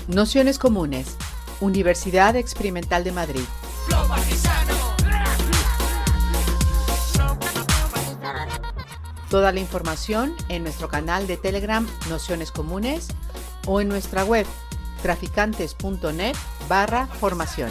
Nociones Comunes, Universidad Experimental de Madrid. Toda la información en nuestro canal de Telegram Nociones Comunes o en nuestra web traficantes.net/formación.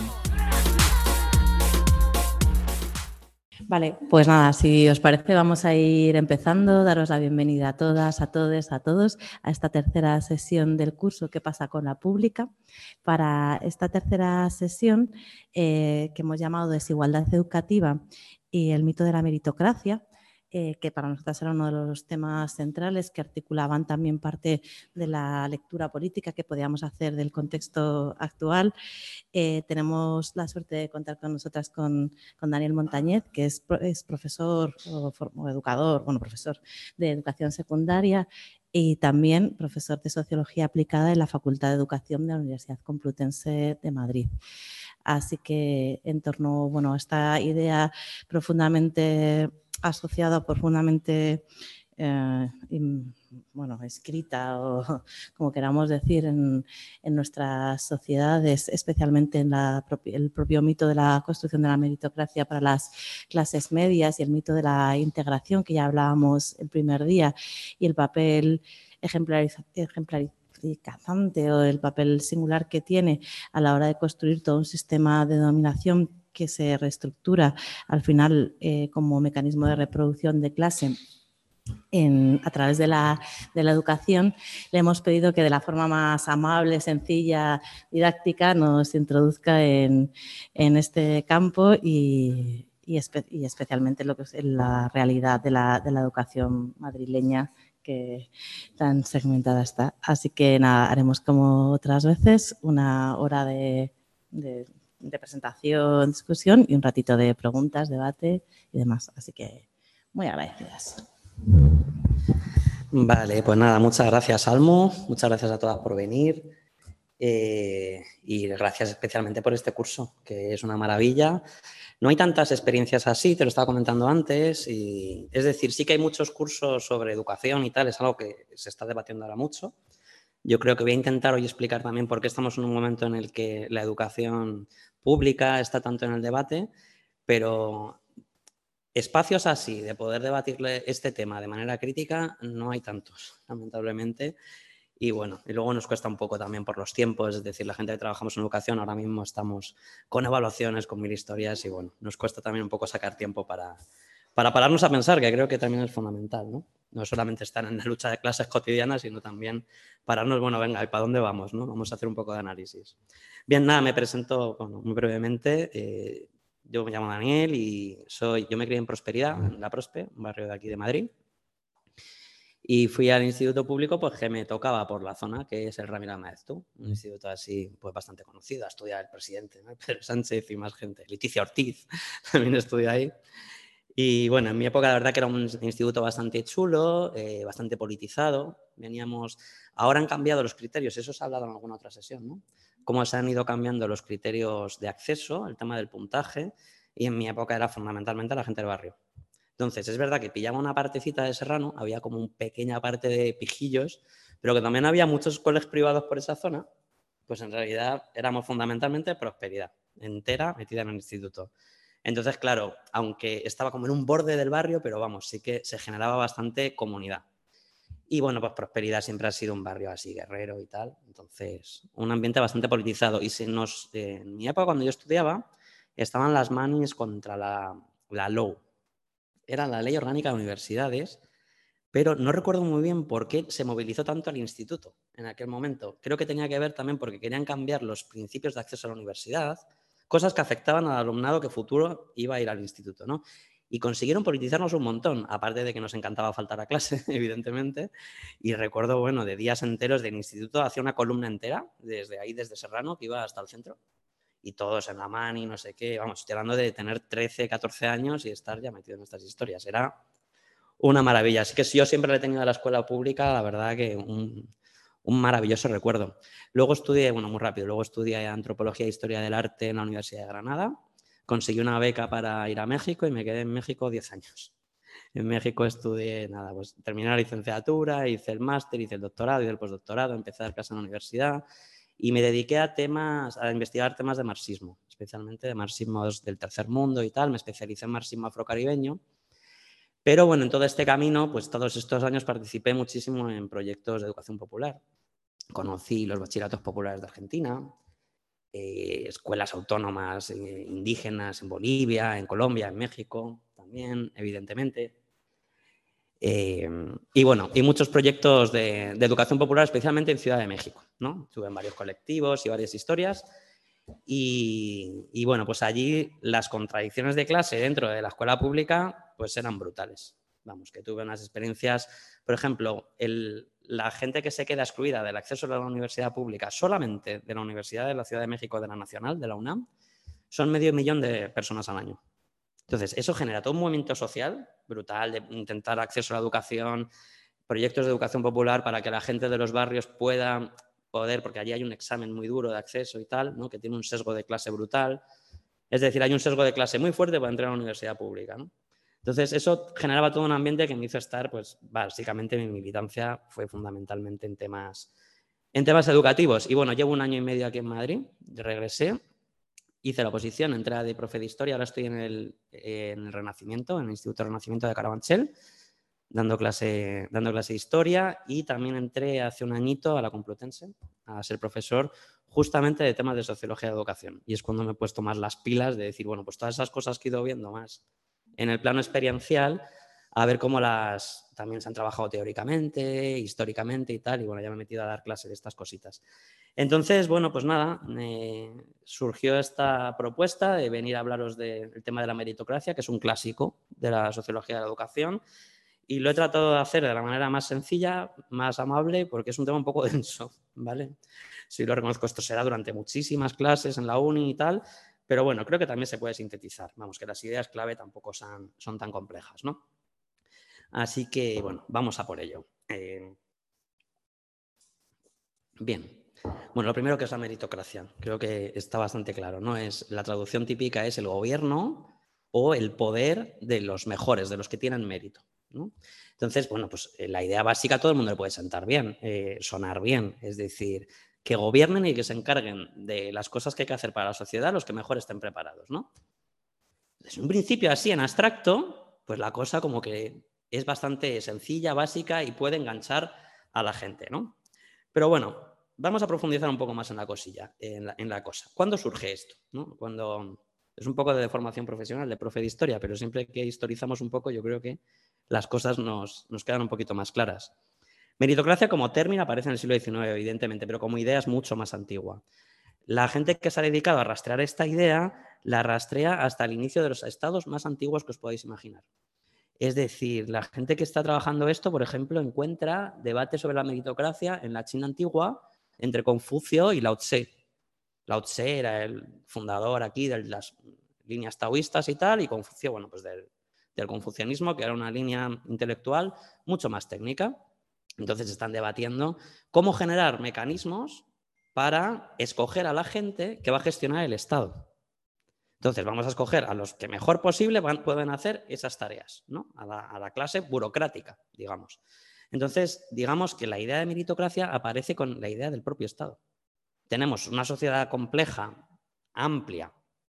Vale, pues nada, si os parece vamos a ir empezando. Daros la bienvenida a todas, a todos, a todos a esta tercera sesión del curso ¿Qué pasa con la pública? Para esta tercera sesión que hemos llamado Desigualdad educativa y el mito de la meritocracia, que para nosotras era uno de los temas centrales que articulaban también parte de la lectura política que podíamos hacer del contexto actual. Tenemos la suerte de contar con nosotras con Daniel Montañez, que es profesor o educador, profesor de educación secundaria y también profesor de Sociología Aplicada en la Facultad de Educación de la Universidad Complutense de Madrid. Así que en torno a esta idea profundamente asociada, profundamente escrita o como queramos decir en nuestras sociedades, especialmente en el propio mito de la construcción de la meritocracia para las clases medias y el mito de la integración que ya hablábamos el primer día y el papel ejemplarizante o el papel singular que tiene a la hora de construir todo un sistema de dominación que se reestructura al final como mecanismo de reproducción de clase a través de la educación. Le hemos pedido que de la forma más amable, sencilla, didáctica nos introduzca en este campo y especialmente lo que es la realidad de la educación madrileña que tan segmentada está. Así que nada, haremos como otras veces una hora de presentación, discusión y un ratito de preguntas, debate y demás. Así que muy agradecidas. Vale, pues nada, muchas gracias, Almo. Muchas gracias a todas por venir. Y gracias especialmente por este curso, que es una maravilla. No hay tantas experiencias así, te lo estaba comentando antes. Es decir, sí que hay muchos cursos sobre educación y tal, es algo que se está debatiendo ahora mucho. Yo creo que voy a intentar hoy explicar también por qué estamos en un momento en el que la educación pública está tanto en el debate, pero espacios así, de poder debatirle este tema de manera crítica, no hay tantos, lamentablemente. Y bueno, y luego nos cuesta un poco también por los tiempos, es decir, la gente que trabajamos en educación ahora mismo estamos con evaluaciones, con 1000 historias y bueno, nos cuesta también un poco sacar tiempo para pararnos a pensar, que creo que también es fundamental, ¿no? No solamente estar en la lucha de clases cotidianas, sino también pararnos, bueno, venga, ¿y para dónde vamos, no? Vamos a hacer un poco de análisis. Bien, nada, me presento muy brevemente. Yo me llamo Daniel y yo me crié en Prosperidad, en La Prospe, un barrio de aquí de Madrid. Y fui al instituto público pues que me tocaba por la zona, que es el Ramiro Maeztu, un instituto así pues bastante conocido. Estudia el presidente, ¿no? Pedro Sánchez y más gente. Leticia Ortiz también estudia ahí. Y bueno, en mi época la verdad que era un instituto bastante chulo, bastante politizado. Ahora han cambiado los criterios, eso se ha hablado en alguna otra sesión, ¿no? Cómo se han ido cambiando los criterios de acceso, el tema del puntaje, y en mi época era fundamentalmente la gente del barrio. Entonces, es verdad que pillaba una partecita de Serrano, había como una pequeña parte de pijillos, pero que también había muchos colegios privados por esa zona, pues en realidad éramos fundamentalmente Prosperidad, entera metida en el instituto. Entonces, claro, aunque estaba como en un borde del barrio, pero vamos, sí que se generaba bastante comunidad. Y bueno, pues Prosperidad siempre ha sido un barrio así, guerrero y tal. Entonces, un ambiente bastante politizado. Y en mi época, cuando yo estudiaba, estaban las manis contra la LOU. Era la Ley Orgánica de Universidades, pero no recuerdo muy bien por qué se movilizó tanto al instituto en aquel momento. Creo que tenía que ver también porque querían cambiar los principios de acceso a la universidad, cosas que afectaban al alumnado que futuro iba a ir al instituto, ¿no? Y consiguieron politizarnos un montón, aparte de que nos encantaba faltar a clase, evidentemente. Y recuerdo, bueno, de días enteros del instituto, hacía una columna entera, desde Serrano, que iba hasta el centro. Y todos en la mani, no sé qué. Vamos, estoy hablando de tener 13, 14 años y estar ya metido en estas historias. Era una maravilla. Así que si yo siempre le he tenido a la escuela pública, la verdad que un maravilloso recuerdo. Luego estudié, muy rápido, luego estudié Antropología e Historia del Arte en la Universidad de Granada. Conseguí una beca para ir a México y me quedé en México 10 años. En México estudié, terminé la licenciatura, hice el máster, hice el doctorado, hice el postdoctorado, empecé a dar clases en la universidad y me dediqué a investigar temas de marxismo, especialmente de marxismos del tercer mundo y tal. Me especialicé en marxismo afrocaribeño. Pero bueno, en todo este camino, pues todos estos años participé muchísimo en proyectos de educación popular. Conocí los bachilleratos populares de Argentina, escuelas autónomas indígenas en Bolivia, en Colombia, en México también, evidentemente. Y bueno, y muchos proyectos de educación popular, especialmente en Ciudad de México, ¿no? Estuve en varios colectivos y varias historias. Y bueno, pues allí las contradicciones de clase dentro de la escuela pública pues eran brutales. Vamos, que tuve unas experiencias, por ejemplo, la gente que se queda excluida del acceso a la universidad pública solamente de la Universidad de la Ciudad de México, de la Nacional, de la UNAM, son 500.000 de personas al año. Entonces, eso genera todo un movimiento social brutal de intentar acceso a la educación, proyectos de educación popular para que la gente de los barrios pueda poder, porque allí hay un examen muy duro de acceso y tal, ¿no? Que tiene un sesgo de clase brutal. Es decir, hay un sesgo de clase muy fuerte para entrar a la universidad pública, ¿no? Entonces, eso generaba todo un ambiente que me hizo estar, pues, básicamente mi militancia fue fundamentalmente en temas educativos. Y bueno, llevo 1 año y medio aquí en Madrid, regresé, hice la oposición, entré de profe de historia, ahora estoy en el Renacimiento, en el Instituto Renacimiento de Carabanchel, dando clase de historia, y también entré hace 1 añito a la Complutense a ser profesor justamente de temas de sociología de educación. Y es cuando me he puesto más las pilas de decir, bueno, pues todas esas cosas que he ido viendo más en el plano experiencial, a ver cómo también se han trabajado teóricamente, históricamente y tal, y bueno, ya me he metido a dar clase de estas cositas. Entonces, bueno, pues nada, surgió esta propuesta de venir a hablaros del tema de la meritocracia, que es un clásico de la sociología de la educación, y lo he tratado de hacer de la manera más sencilla, más amable, porque es un tema un poco denso, ¿vale? Sí, lo reconozco, esto será durante muchísimas clases en la uni y tal, pero bueno, creo que también se puede sintetizar. Vamos, que las ideas clave tampoco son tan complejas, ¿no? Así que, bueno, vamos a por ello. Bien. Bueno, lo primero que es la meritocracia, creo que está bastante claro, ¿no? La traducción típica es el gobierno o el poder de los mejores, de los que tienen mérito, ¿no? Entonces, bueno, pues la idea básica a todo el mundo le puede sonar bien, es decir, que gobiernen y que se encarguen de las cosas que hay que hacer para la sociedad los que mejor estén preparados, ¿no? Desde un principio así, en abstracto, pues la cosa como que es bastante sencilla, básica y puede enganchar a la gente, ¿no? Pero bueno, vamos a profundizar un poco más en la cosilla, en la cosa. ¿Cuándo surge esto? ¿No? Cuando es un poco de formación profesional, de profe de historia, pero siempre que historizamos un poco, yo creo que las cosas nos quedan un poquito más claras. Meritocracia como término aparece en el siglo XIX, evidentemente, pero como idea es mucho más antigua. La gente que se ha dedicado a rastrear esta idea la rastrea hasta el inicio de los estados más antiguos que os podáis imaginar. Es decir, la gente que está trabajando esto, por ejemplo, encuentra debates sobre la meritocracia en la China antigua entre Confucio y Lao Tse. Lao Tse era el fundador aquí de las líneas taoístas y tal, y Confucio, bueno, pues del confucianismo, que era una línea intelectual mucho más técnica. Entonces están debatiendo cómo generar mecanismos para escoger a la gente que va a gestionar el Estado. Entonces vamos a escoger a los que mejor posible pueden hacer esas tareas, ¿no? A la clase burocrática, digamos. Entonces, digamos que la idea de meritocracia aparece con la idea del propio Estado. Tenemos una sociedad compleja, amplia,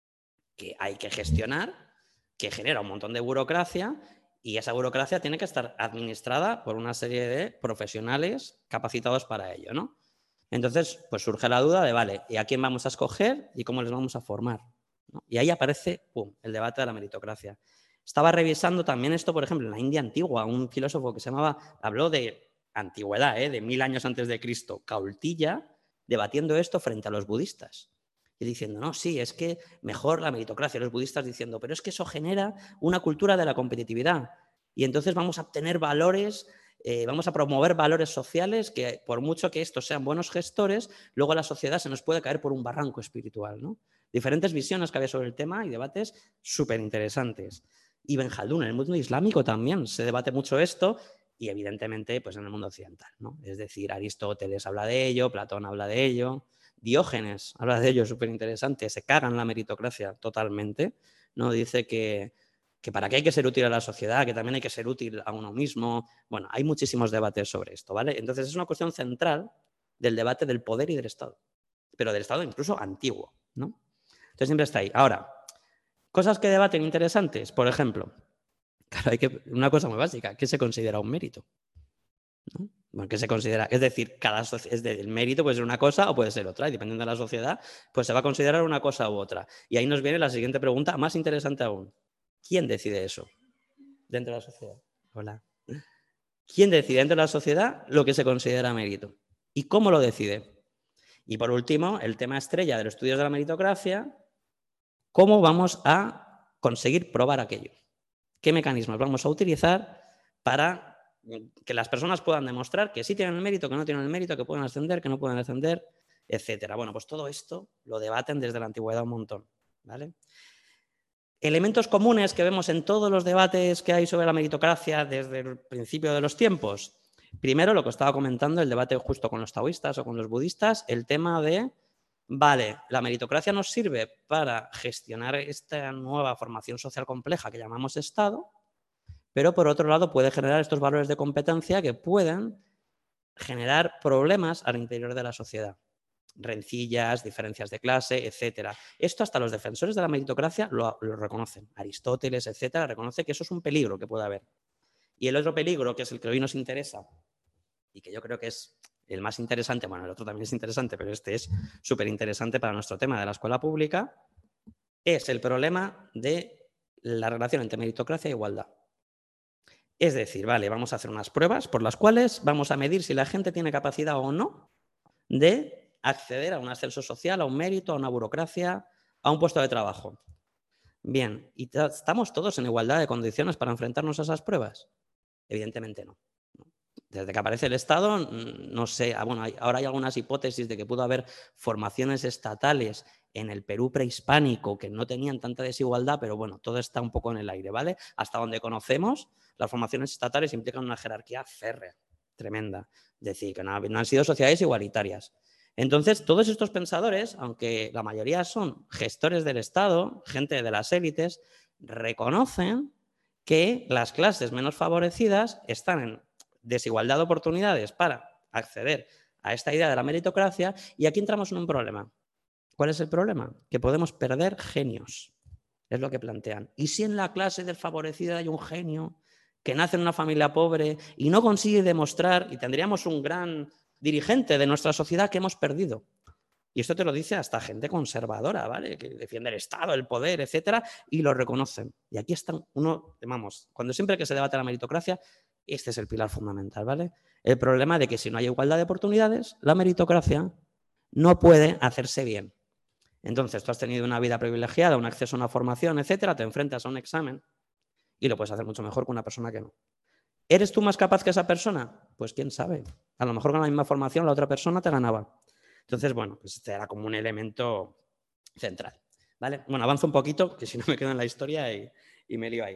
que hay que gestionar, que genera un montón de burocracia, y esa burocracia tiene que estar administrada por una serie de profesionales capacitados para ello, ¿no? Entonces, pues surge la duda de, vale, ¿y a quién vamos a escoger y cómo les vamos a formar? ¿No? Y ahí aparece, ¡pum!, el debate de la meritocracia. Estaba revisando también esto, por ejemplo, en la India antigua, un filósofo que habló de antigüedad, de 1000 años antes de Cristo, Kautilya, debatiendo esto frente a los budistas. Y diciendo, no, sí, es que mejor la meritocracia. Los budistas diciendo, pero es que eso genera una cultura de la competitividad. Y entonces vamos a obtener valores, vamos a promover valores sociales que, por mucho que estos sean buenos gestores, luego la sociedad se nos puede caer por un barranco espiritual, ¿no? Diferentes visiones que había sobre el tema y debates súper interesantes. Ibn Khaldun, en el mundo islámico también se debate mucho esto, y evidentemente pues en el mundo occidental, ¿no? Es decir, Aristóteles habla de ello, Platón habla de ello, Diógenes habla de ello, súper interesante, se caga en la meritocracia totalmente, ¿no? Dice que para qué hay que ser útil a la sociedad, que también hay que ser útil a uno mismo. Bueno, hay muchísimos debates sobre esto, ¿vale? Entonces es una cuestión central del debate del poder y del Estado. pero del Estado incluso antiguo, ¿no? Entonces siempre está ahí. Ahora, cosas que debaten interesantes, por ejemplo, claro, una cosa muy básica, ¿qué se considera un mérito? ¿No? Bueno, ¿qué se considera? Es decir, el mérito puede ser una cosa o puede ser otra, y dependiendo de la sociedad, pues se va a considerar una cosa u otra. Y ahí nos viene la siguiente pregunta, más interesante aún. ¿Quién decide eso dentro de la sociedad? Hola. ¿Quién decide dentro de la sociedad lo que se considera mérito? ¿Y cómo lo decide? Y por último, el tema estrella de los estudios de la meritocracia, ¿cómo vamos a conseguir probar aquello? ¿Qué mecanismos vamos a utilizar para que las personas puedan demostrar que sí tienen el mérito, que no tienen el mérito, que pueden ascender, que no pueden ascender, etcétera? Bueno, pues todo esto lo debaten desde la antigüedad un montón, ¿vale? Elementos comunes que vemos en todos los debates que hay sobre la meritocracia desde el principio de los tiempos. Primero, lo que estaba comentando, el debate justo con los taoístas o con los budistas, el tema de, vale, la meritocracia nos sirve para gestionar esta nueva formación social compleja que llamamos Estado, pero por otro lado puede generar estos valores de competencia que pueden generar problemas al interior de la sociedad. Rencillas, diferencias de clase, etcétera. Esto hasta los defensores de la meritocracia lo reconocen. Aristóteles, etcétera, reconoce que eso es un peligro que puede haber. Y el otro peligro, que es el que hoy nos interesa, y que yo creo que es el más interesante, bueno, el otro también es interesante, pero este es súper interesante para nuestro tema de la escuela pública, es el problema de la relación entre meritocracia e igualdad. Es decir, vale, vamos a hacer unas pruebas por las cuales vamos a medir si la gente tiene capacidad o no de acceder a un ascenso social, a un mérito, a una burocracia, a un puesto de trabajo. Bien, ¿y estamos todos en igualdad de condiciones para enfrentarnos a esas pruebas? Evidentemente no. Desde que aparece el Estado, no sé, bueno, ahora hay algunas hipótesis de que pudo haber formaciones estatales en el Perú prehispánico que no tenían tanta desigualdad, pero bueno, todo está un poco en el aire, ¿vale? Hasta donde conocemos, las formaciones estatales implican una jerarquía férrea, tremenda. Es decir, que no han sido sociedades igualitarias. Entonces, todos estos pensadores, aunque la mayoría son gestores del Estado, gente de las élites, reconocen que las clases menos favorecidas están en desigualdad de oportunidades para acceder a esta idea de la meritocracia, y aquí entramos en un problema. ¿Cuál es el problema? Que podemos perder genios. Es lo que plantean. ¿Y si en la clase desfavorecida hay un genio que nace en una familia pobre y no consigue demostrar, y tendríamos un gran dirigente de nuestra sociedad que hemos perdido? Y esto te lo dice hasta gente conservadora, ¿vale? Que defiende el Estado, el poder, etcétera, y lo reconocen. Y aquí están cuando siempre que se debate la meritocracia, este es el pilar fundamental, ¿vale? El problema de que si no hay igualdad de oportunidades, la meritocracia no puede hacerse bien. Entonces, tú has tenido una vida privilegiada, un acceso a una formación, etcétera, te enfrentas a un examen y lo puedes hacer mucho mejor que una persona que no. ¿Eres tú más capaz que esa persona? Pues quién sabe. A lo mejor con la misma formación la otra persona te ganaba. Entonces, bueno, pues este era como un elemento central, ¿vale? Bueno, avanzo un poquito, que si no me quedo en la historia y me lío ahí.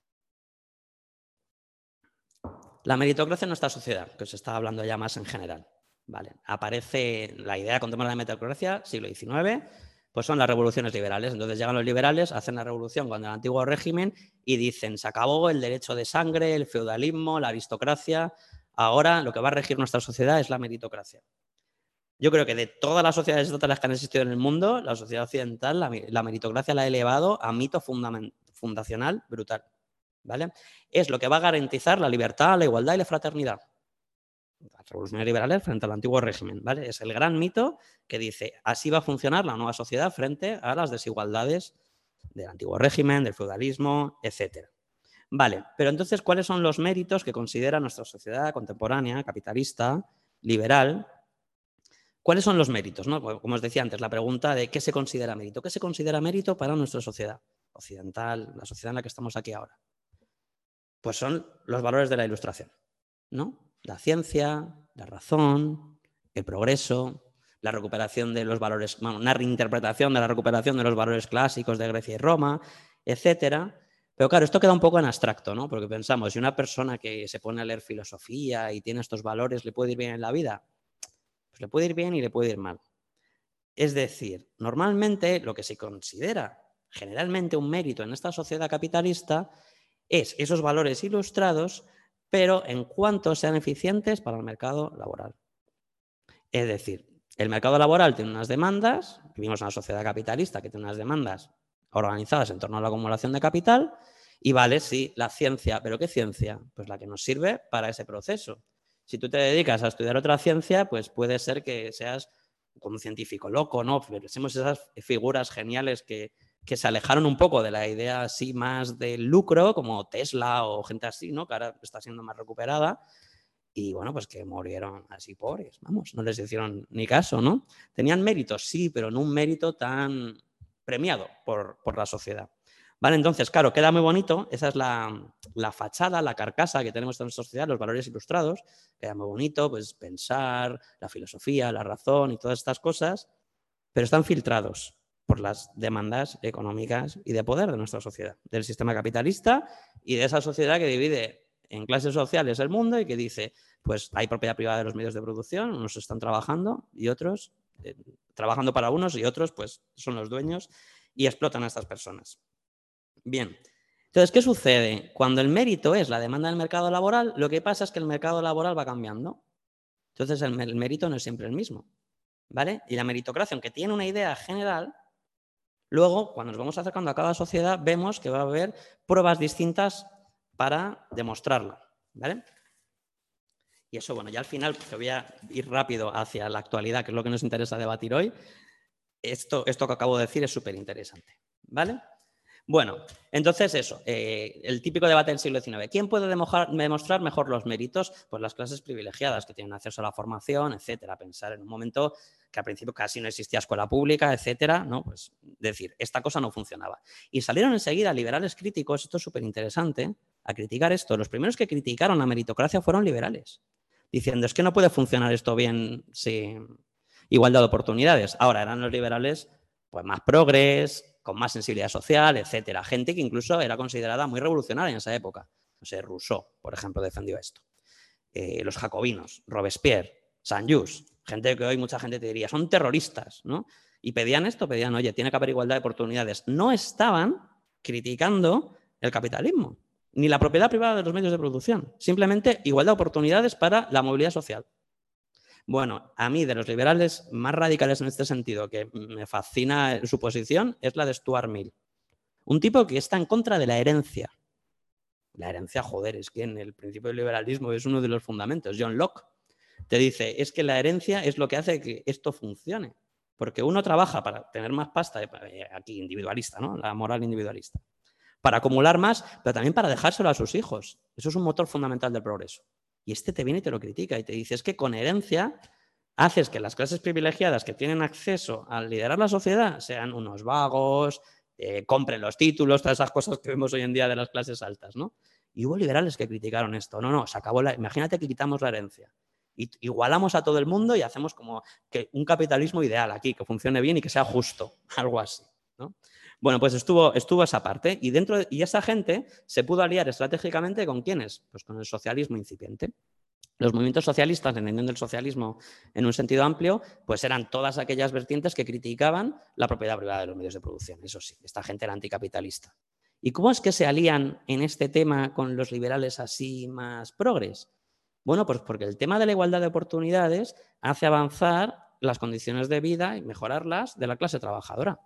La meritocracia en nuestra sociedad, que os estaba hablando ya más en general, ¿vale? Aparece la idea, contemos la meritocracia, siglo XIX, pues son las revoluciones liberales. Entonces llegan los liberales, hacen la revolución con el antiguo régimen y dicen, se acabó el derecho de sangre, el feudalismo, la aristocracia, ahora lo que va a regir nuestra sociedad es la meritocracia. Yo creo que de todas las sociedades estatales que han existido en el mundo, la sociedad occidental, la meritocracia la ha elevado a mito fundacional brutal, ¿vale? Es lo que va a garantizar la libertad, la igualdad y la fraternidad. Las revoluciones liberales frente al antiguo régimen, ¿vale? Es el gran mito que dice, así va a funcionar la nueva sociedad frente a las desigualdades del antiguo régimen, del feudalismo, etcétera. Vale, pero entonces, ¿cuáles son los méritos que considera nuestra sociedad contemporánea, capitalista, liberal? ¿Cuáles son los méritos? ¿No? Como os decía antes, la pregunta de ¿qué se considera mérito? ¿Qué se considera mérito para nuestra sociedad occidental, la sociedad en la que estamos aquí ahora? Pues son los valores de la Ilustración, ¿no? La ciencia, la razón, el progreso, la recuperación de los valores, una reinterpretación de la recuperación de los valores clásicos de Grecia y Roma, etcétera. Pero claro, esto queda un poco en abstracto, ¿no? Porque pensamos, si una persona que se pone a leer filosofía y tiene estos valores, ¿le puede ir bien en la vida? Pues le puede ir bien y le puede ir mal. Es decir, normalmente lo que se considera generalmente un mérito en esta sociedad capitalista es esos valores ilustrados, pero en cuanto sean eficientes para el mercado laboral. Es decir, El mercado laboral tiene unas demandas, vivimos en una sociedad capitalista que tiene unas demandas organizadas en torno a la acumulación de capital y vale, sí, la ciencia, ¿pero qué ciencia? Pues la que nos sirve para ese proceso. Si tú te dedicas a estudiar otra ciencia, pues puede ser que seas como un científico loco, ¿no? Pensemos esas figuras geniales que se alejaron un poco de la idea así más del lucro, como Tesla o gente así, ¿no? Que ahora está siendo más recuperada. Y bueno, pues que murieron así pobres, vamos, no les hicieron ni caso, ¿no? Tenían méritos, sí, pero no un mérito tan premiado por la sociedad. Vale, entonces, claro, queda muy bonito, esa es la fachada, la carcasa que tenemos en nuestra sociedad, los valores ilustrados, queda muy bonito, pues pensar, la filosofía, la razón y todas estas cosas, pero están filtrados por las demandas económicas y de poder de nuestra sociedad, del sistema capitalista y de esa sociedad que divide en clases sociales el mundo y que dice, pues hay propiedad privada de los medios de producción, unos están trabajando y otros, trabajando para unos y otros pues son los dueños y explotan a estas personas. Bien, entonces, ¿qué sucede? Cuando el mérito es la demanda del mercado laboral, lo que pasa es que el mercado laboral va cambiando. Entonces, el mérito no es siempre el mismo, ¿vale? Y la meritocracia, aunque tiene una idea general, luego, cuando nos vamos acercando a cada sociedad, vemos que va a haber pruebas distintas para demostrarla, ¿vale? Y eso, bueno, ya al final, que voy a ir rápido hacia la actualidad, que es lo que nos interesa debatir hoy, esto que acabo de decir es súper interesante, ¿vale? Bueno, entonces eso, el típico debate del siglo XIX. ¿Quién puede demostrar mejor los méritos? Pues las clases privilegiadas que tienen acceso a la formación, etcétera. Pensar en un momento que al principio casi no existía escuela pública, etcétera, ¿no? Pues decir, esta cosa no funcionaba. Y salieron enseguida liberales críticos, esto es súper interesante, a criticar esto. Los primeros que criticaron la meritocracia fueron liberales, diciendo, es que no puede funcionar esto bien sin igualdad de oportunidades. Ahora eran los liberales pues más progres, con más sensibilidad social, etcétera. Gente que incluso era considerada muy revolucionaria en esa época. No sé, Rousseau, por ejemplo, defendió esto. Los jacobinos, Robespierre, Saint-Just, gente que hoy mucha gente te diría, son terroristas, ¿no? Y pedían esto, pedían, oye, tiene que haber igualdad de oportunidades. No estaban criticando el capitalismo, ni la propiedad privada de los medios de producción. Simplemente igualdad de oportunidades para la movilidad social. Bueno, a mí de los liberales más radicales en este sentido, que me fascina su posición, es la de Stuart Mill. Un tipo que está en contra de la herencia. La herencia, joder, es que en el principio del liberalismo es uno de los fundamentos. John Locke te dice, es que la herencia es lo que hace que esto funcione. Porque uno trabaja para tener más pasta, aquí individualista, ¿no? La moral individualista. Para acumular más, pero también para dejárselo a sus hijos. Eso es un motor fundamental del progreso. Y este te viene y te lo critica y te dice, es que con herencia haces que las clases privilegiadas que tienen acceso a liderar la sociedad sean unos vagos, compren los títulos, todas esas cosas que vemos hoy en día de las clases altas, ¿no? Y hubo liberales que criticaron esto. No, se acabó imagínate que quitamos la herencia. Y igualamos a todo el mundo y hacemos como que un capitalismo ideal aquí, que funcione bien y que sea justo, algo así, ¿no? Bueno, pues estuvo esa parte y esa gente se pudo aliar estratégicamente ¿con quiénes? Pues con el socialismo incipiente. Los movimientos socialistas, entendiendo el socialismo en un sentido amplio, pues eran todas aquellas vertientes que criticaban la propiedad privada de los medios de producción. Eso sí, esta gente era anticapitalista. ¿Y cómo es que se alían en este tema con los liberales así más progres? Bueno, pues porque el tema de la igualdad de oportunidades hace avanzar las condiciones de vida y mejorarlas de la clase trabajadora.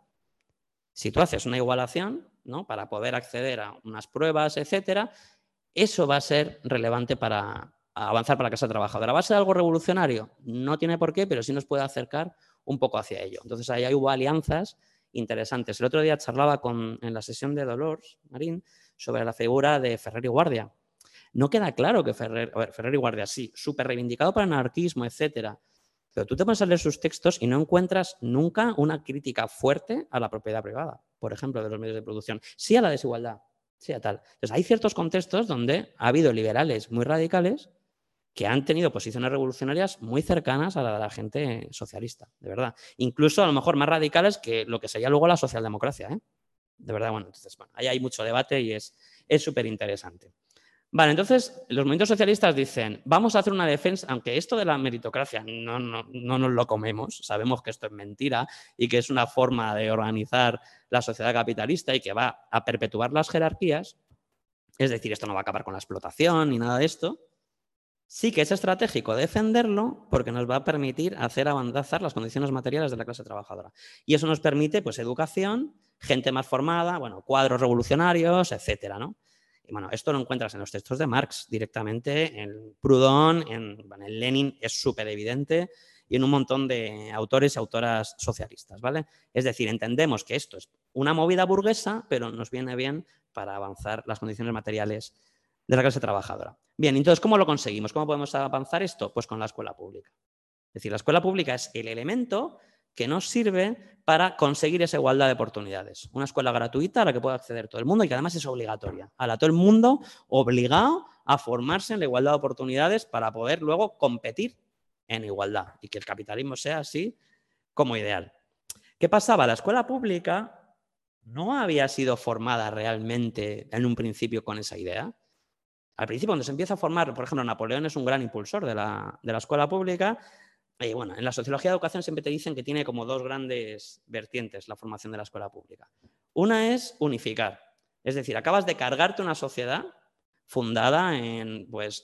Si tú haces una igualación, ¿no? Para poder acceder a unas pruebas, etcétera, eso va a ser relevante para avanzar para la clase trabajadora. ¿Va a ser algo revolucionario? No tiene por qué, pero sí nos puede acercar un poco hacia ello. Entonces, ahí hubo alianzas interesantes. El otro día charlaba en la sesión de Dolors Marín sobre la figura de Ferrer y Guardia. No queda claro que Ferrer y Guardia sí, súper reivindicado por el anarquismo, etcétera. Pero tú te pones a leer sus textos y no encuentras nunca una crítica fuerte a la propiedad privada, por ejemplo, de los medios de producción. Sí a la desigualdad, sí a tal. Entonces, hay ciertos contextos donde ha habido liberales muy radicales que han tenido posiciones revolucionarias muy cercanas a la de la gente socialista, de verdad. Incluso, a lo mejor, más radicales que lo que sería luego la socialdemocracia, ¿eh? De verdad, bueno, entonces, bueno, ahí hay mucho debate y es súper interesante. Vale, entonces los movimientos socialistas dicen, vamos a hacer una defensa, aunque esto de la meritocracia no nos lo comemos, sabemos que esto es mentira y que es una forma de organizar la sociedad capitalista y que va a perpetuar las jerarquías, es decir, esto no va a acabar con la explotación ni nada de esto. Sí que es estratégico defenderlo porque nos va a permitir hacer avanzar las condiciones materiales de la clase trabajadora. Y eso nos permite, pues, educación, gente más formada, bueno, cuadros revolucionarios, etcétera, ¿no? Y bueno, esto lo encuentras en los textos de Marx directamente, en Proudhon, en Lenin es súper evidente y en un montón de autores y autoras socialistas, ¿vale? Es decir, entendemos que esto es una movida burguesa, pero nos viene bien para avanzar las condiciones materiales de la clase trabajadora. Bien, entonces, ¿cómo lo conseguimos? ¿Cómo podemos avanzar esto? Pues con la escuela pública. Es decir, la escuela pública es el elemento que nos sirve para conseguir esa igualdad de oportunidades. Una escuela gratuita a la que pueda acceder todo el mundo y que además es obligatoria. A todo el mundo obligado a formarse en la igualdad de oportunidades para poder luego competir en igualdad y que el capitalismo sea así como ideal. ¿Qué pasaba? La escuela pública no había sido formada realmente en un principio con esa idea. Al principio, cuando se empieza a formar, por ejemplo, Napoleón es un gran impulsor de la escuela pública. Y bueno, en la sociología de educación siempre te dicen que tiene como dos grandes vertientes la formación de la escuela pública. Una es unificar. Es decir, acabas de cargarte una sociedad fundada en, pues,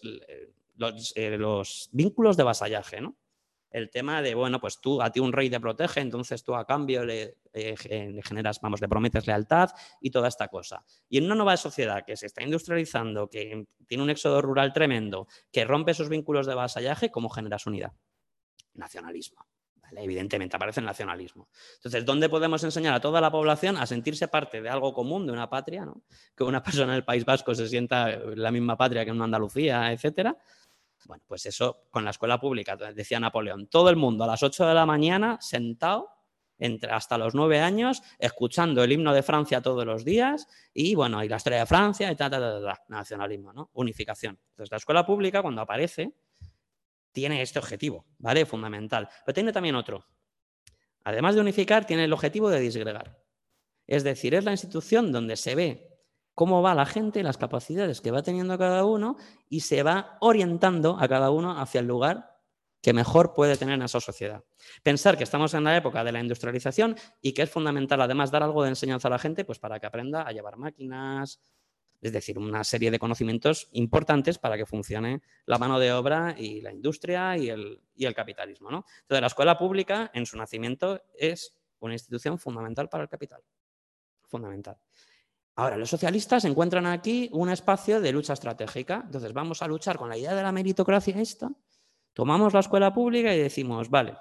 los vínculos de vasallaje, ¿no? El tema de, bueno, pues a ti un rey te protege, entonces tú a cambio le generas, vamos, le prometes lealtad y toda esta cosa. Y en una nueva sociedad que se está industrializando, que tiene un éxodo rural tremendo, que rompe esos vínculos de vasallaje, ¿cómo generas unidad? Nacionalismo. ¿Vale? Evidentemente aparece el nacionalismo. Entonces, ¿dónde podemos enseñar a toda la población a sentirse parte de algo común, de una patria, ¿no? Que una persona en el País Vasco se sienta en la misma patria que en una Andalucía, etcétera? Bueno, pues eso con la escuela pública, decía Napoleón, todo el mundo a las 8 de la mañana sentado hasta los 9 años, escuchando el himno de Francia todos los días y, bueno, y la historia de Francia y nacionalismo, ¿no? Unificación. Entonces, la escuela pública, cuando aparece, tiene este objetivo, ¿vale? Fundamental. Pero tiene también otro. Además de unificar, tiene el objetivo de disgregar. Es decir, es la institución donde se ve cómo va la gente, las capacidades que va teniendo cada uno y se va orientando a cada uno hacia el lugar que mejor puede tener en esa sociedad. Pensar que estamos en la época de la industrialización y que es fundamental además dar algo de enseñanza a la gente pues para que aprenda a llevar máquinas, es decir, una serie de conocimientos importantes para que funcione la mano de obra y la industria y el capitalismo, ¿no? Entonces, la escuela pública en su nacimiento es una institución fundamental para el capital. Fundamental. Ahora, los socialistas encuentran aquí un espacio de lucha estratégica. Entonces, vamos a luchar con la idea de la meritocracia esta, tomamos la escuela pública y decimos, vale,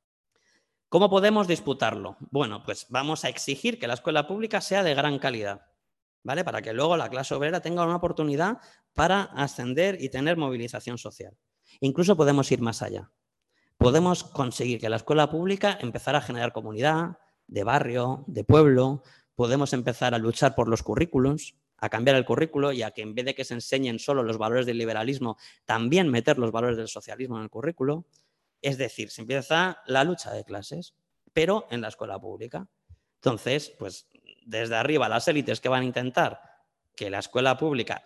¿cómo podemos disputarlo? Bueno, pues vamos a exigir que la escuela pública sea de gran calidad, ¿vale? Para que luego la clase obrera tenga una oportunidad para ascender y tener movilización social. Incluso podemos ir más allá. Podemos conseguir que la escuela pública empezara a generar comunidad, de barrio, de pueblo. Podemos empezar a luchar por los currículums, a cambiar el currículo y a que en vez de que se enseñen solo los valores del liberalismo, también meter los valores del socialismo en el currículo. Es decir, se empieza la lucha de clases, pero en la escuela pública. Entonces, pues desde arriba las élites que van a intentar que la escuela pública,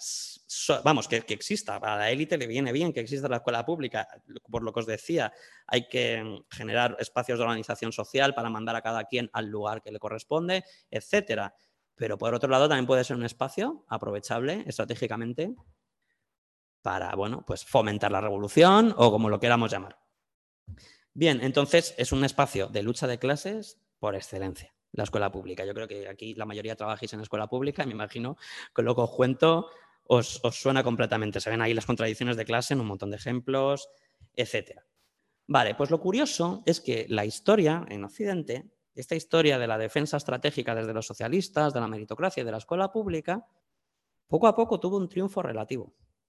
que exista, para la élite le viene bien que exista la escuela pública, por lo que os decía, hay que generar espacios de organización social para mandar a cada quien al lugar que le corresponde, etcétera. Pero por otro lado también puede ser un espacio aprovechable estratégicamente para, bueno, pues fomentar la revolución o como lo queramos llamar. Bien, entonces es un espacio de lucha de clases por excelencia, la escuela pública. Yo creo que aquí la mayoría trabajáis en escuela pública y me imagino que lo que os cuento os suena completamente. Se ven ahí las contradicciones de clase en un montón de ejemplos, etcétera. Vale, pues lo curioso es que la historia en Occidente, esta historia de la defensa estratégica desde los socialistas, de la meritocracia y de la escuela pública, poco a poco tuvo un triunfo relativo.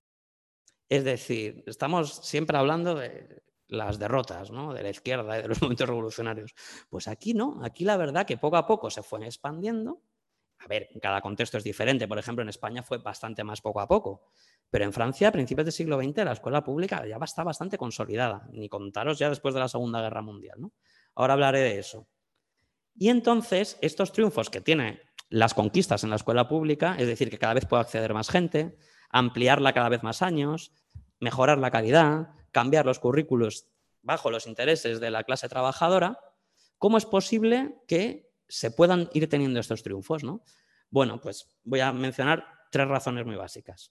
Es decir, estamos siempre hablando de las derrotas, ¿no? De la izquierda y de los movimientos revolucionarios. Pues aquí no, aquí la verdad que poco a poco se fue expandiendo. A ver, cada contexto es diferente. Por ejemplo, en España fue bastante más poco a poco. Pero en Francia, a principios del siglo XX, la escuela pública ya está bastante consolidada. Ni contaros ya después de la Segunda Guerra Mundial, ¿no? Ahora hablaré de eso. Y entonces, estos triunfos que tienen las conquistas en la escuela pública, es decir, que cada vez puede acceder más gente, ampliarla cada vez más años, mejorar la calidad, cambiar los currículos bajo los intereses de la clase trabajadora, ¿cómo es posible que se puedan ir teniendo estos triunfos, ¿no? Bueno, pues voy a mencionar 3 razones muy básicas.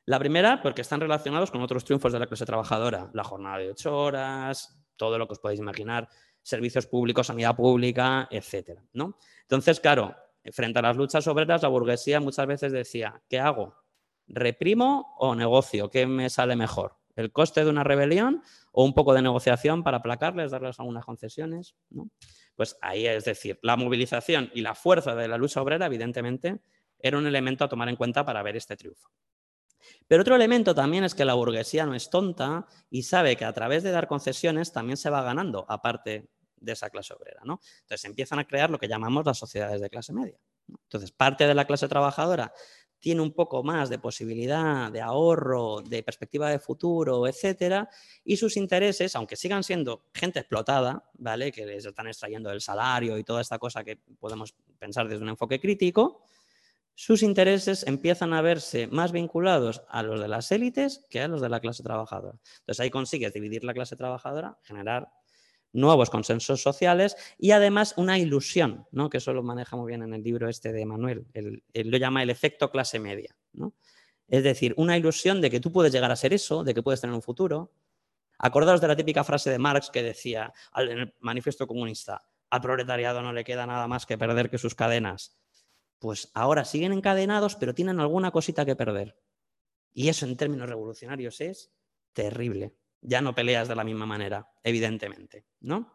La primera, porque están relacionados con otros triunfos de la clase trabajadora. La jornada de 8 horas, todo lo que os podéis imaginar, servicios públicos, sanidad pública, etcétera, ¿no? Entonces, claro, frente a las luchas obreras, la burguesía muchas veces decía, ¿qué hago? ¿Reprimo o negocio? ¿Qué me sale mejor? ¿El coste de una rebelión o un poco de negociación para aplacarles, darles algunas concesiones, ¿no? Pues ahí, es decir, la movilización y la fuerza de la lucha obrera, evidentemente, era un elemento a tomar en cuenta para ver este triunfo. Pero otro elemento también es que la burguesía no es tonta y sabe que a través de dar concesiones también se va ganando, aparte de esa clase obrera, ¿no? Entonces empiezan a crear lo que llamamos las sociedades de clase media, ¿no? Entonces parte de la clase trabajadora tiene un poco más de posibilidad de ahorro, de perspectiva de futuro, etcétera, y sus intereses, aunque sigan siendo gente explotada, ¿vale? Que les están extrayendo el salario y toda esta cosa que podemos pensar desde un enfoque crítico, sus intereses empiezan a verse más vinculados a los de las élites que a los de la clase trabajadora. Entonces ahí consigues dividir la clase trabajadora, generar nuevos consensos sociales y además una ilusión, ¿no? Que eso lo maneja muy bien en el libro este de Manuel, él lo llama el efecto clase media, ¿no? Es decir, una ilusión de que tú puedes llegar a ser eso, de que puedes tener un futuro. Acordaos de la típica frase de Marx que decía en el Manifiesto Comunista, al proletariado no le queda nada más que perder que sus cadenas. Pues ahora siguen encadenados, pero tienen alguna cosita que perder. Y eso en términos revolucionarios es terrible. Ya no peleas de la misma manera, evidentemente, ¿no?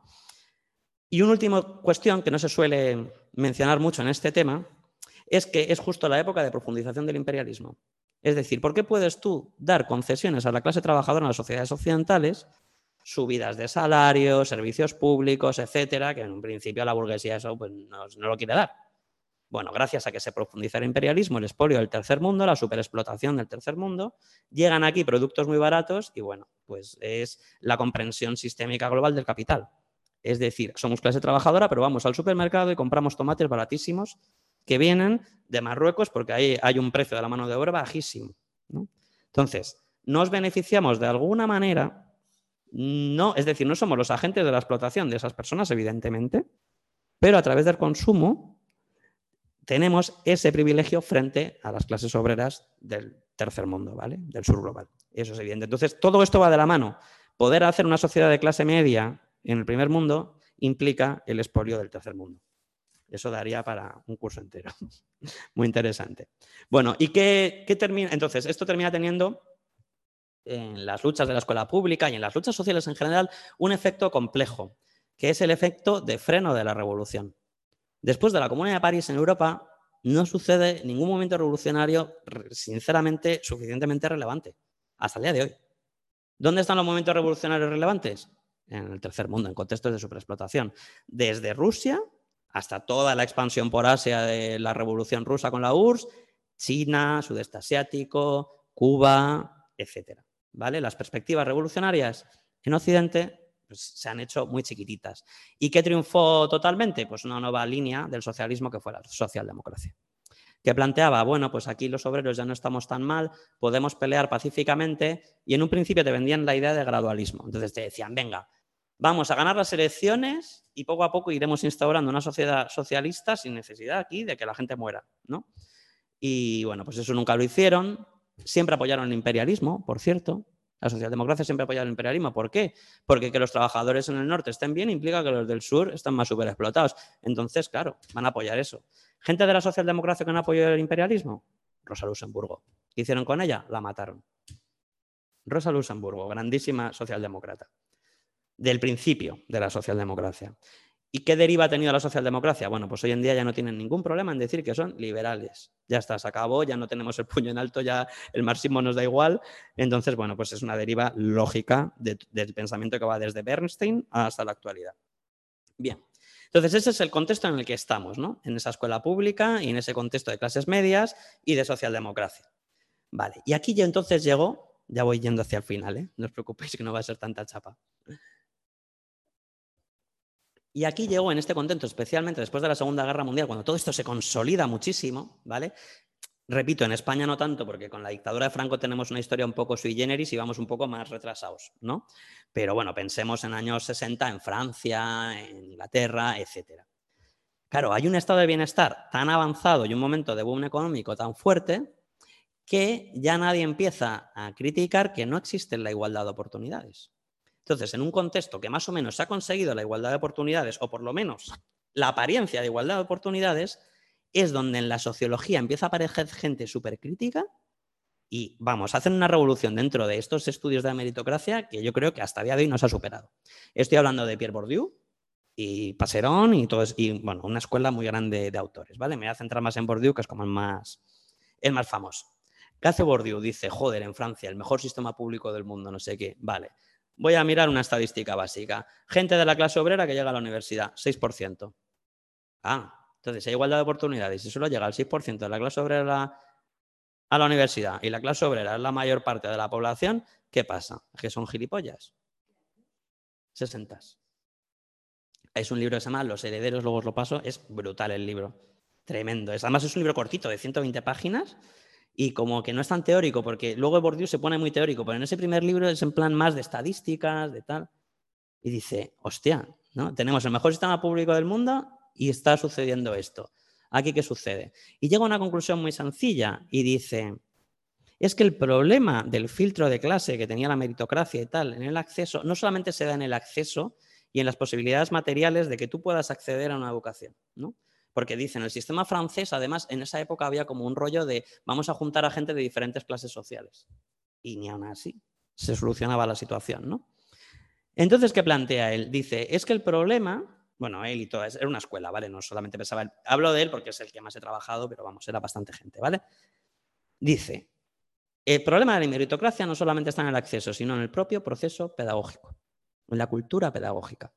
Y una última cuestión que no se suele mencionar mucho en este tema es que es justo la época de profundización del imperialismo. Es decir, ¿por qué puedes tú dar concesiones a la clase trabajadora en las sociedades occidentales, subidas de salarios, servicios públicos, etcétera, que en un principio la burguesía eso pues, no lo quiere dar? Bueno, gracias a que se profundiza el imperialismo, el expolio del tercer mundo, la superexplotación del tercer mundo, llegan aquí productos muy baratos y bueno, pues es la comprensión sistémica global del capital. Es decir, somos clase trabajadora, pero vamos al supermercado y compramos tomates baratísimos que vienen de Marruecos porque ahí hay un precio de la mano de obra bajísimo, ¿no? Entonces, nos beneficiamos de alguna manera, no, es decir, no somos los agentes de la explotación de esas personas, evidentemente, pero a través del consumo tenemos ese privilegio frente a las clases obreras del tercer mundo, ¿vale? Del sur global. Eso es evidente. Entonces, todo esto va de la mano. Poder hacer una sociedad de clase media en el primer mundo implica el expolio del tercer mundo. Eso daría para un curso entero. Muy interesante. Bueno, ¿y qué termina? Entonces, esto termina teniendo en las luchas de la escuela pública y en las luchas sociales en general un efecto complejo, que es el efecto de freno de la revolución. Después de la Comuna de París en Europa, no sucede ningún momento revolucionario, sinceramente, suficientemente relevante, hasta el día de hoy. ¿Dónde están los momentos revolucionarios relevantes? En el tercer mundo, en contextos de superexplotación. Desde Rusia hasta toda la expansión por Asia de la Revolución Rusa con la URSS, China, Sudeste Asiático, Cuba, etc. ¿Vale? Las perspectivas revolucionarias en Occidente pues, se han hecho muy chiquititas. ¿Y qué triunfó totalmente? Pues una nueva línea del socialismo que fue la socialdemocracia, que planteaba, bueno, pues aquí los obreros ya no estamos tan mal, podemos pelear pacíficamente, y en un principio te vendían la idea de gradualismo. Entonces te decían, venga, vamos a ganar las elecciones y poco a poco iremos instaurando una sociedad socialista sin necesidad aquí de que la gente muera, ¿no? Y bueno, pues eso nunca lo hicieron. Siempre apoyaron el imperialismo, por cierto. La socialdemocracia siempre ha apoyado el imperialismo. ¿Por qué? Porque que los trabajadores en el norte estén bien implica que los del sur están más superexplotados. Entonces, claro, van a apoyar eso. ¿Gente de la socialdemocracia que no apoyó el imperialismo? Rosa Luxemburgo. ¿Qué hicieron con ella? La mataron. Rosa Luxemburgo, grandísima socialdemócrata. Del principio de la socialdemocracia. ¿Y qué deriva ha tenido la socialdemocracia? Bueno, pues hoy en día ya no tienen ningún problema en decir que son liberales. Ya está, se acabó, ya no tenemos el puño en alto, ya el marxismo nos da igual. Entonces, bueno, pues es una deriva lógica del pensamiento que va desde Bernstein hasta la actualidad. Bien, entonces ese es el contexto en el que estamos, ¿no? En esa escuela pública y en ese contexto de clases medias y de socialdemocracia. Vale, y aquí ya entonces llegó, ya voy yendo hacia el final, ¿eh? No os preocupéis que no va a ser tanta chapa. Y aquí llegó en este contexto, especialmente después de la Segunda Guerra Mundial, cuando todo esto se consolida muchísimo, ¿vale? Repito, en España no tanto, porque con la dictadura de Franco tenemos una historia un poco sui generis y vamos un poco más retrasados, ¿no? Pero bueno, pensemos en años 60 en Francia, en Inglaterra, etc. Claro, hay un estado de bienestar tan avanzado y un momento de boom económico tan fuerte que ya nadie empieza a criticar que no existe la igualdad de oportunidades. Entonces, en un contexto que más o menos se ha conseguido la igualdad de oportunidades, o por lo menos la apariencia de igualdad de oportunidades, es donde en la sociología empieza a aparecer gente súper crítica y, vamos, hacen una revolución dentro de estos estudios de la meritocracia que yo creo que hasta el día de hoy no se ha superado. Estoy hablando de Pierre Bourdieu y Passerón y todo, y bueno, una escuela muy grande de autores, ¿vale? Me voy a centrar más en Bourdieu, que es como el más famoso. ¿Qué hace Bourdieu? Dice, joder, en Francia, el mejor sistema público del mundo, no sé qué. Vale, voy a mirar una estadística básica. Gente de la clase obrera que llega a la universidad, 6%. Ah, entonces si hay igualdad de oportunidades y solo llega el 6% de la clase obrera a la universidad y la clase obrera es la mayor parte de la población, ¿qué pasa? ¿Es que son gilipollas? 60. Es un libro que se llama Los herederos, luego os lo paso. Es brutal el libro. Tremendo. Además es un libro cortito de 120 páginas y como que no es tan teórico porque luego Bourdieu se pone muy teórico, pero en ese primer libro es en plan más de estadísticas, de tal. Y dice, hostia, ¿no? Tenemos el mejor sistema público del mundo y está sucediendo esto. ¿Aquí qué sucede? Y llega a una conclusión muy sencilla y dice, es que el problema del filtro de clase que tenía la meritocracia y tal en el acceso, no solamente se da en el acceso y en las posibilidades materiales de que tú puedas acceder a una educación, ¿no? Porque dicen, el sistema francés, además, en esa época había como un rollo de vamos a juntar a gente de diferentes clases sociales. Y ni aún así se solucionaba la situación, ¿no? Entonces, ¿qué plantea él? Dice, es que el problema, bueno, él y todo, era una escuela, ¿vale? No solamente pensaba él, hablo de él porque es el que más he trabajado, pero vamos, era bastante gente, ¿vale? Dice, el problema de la meritocracia no solamente está en el acceso, sino en el propio proceso pedagógico, en la cultura pedagógica.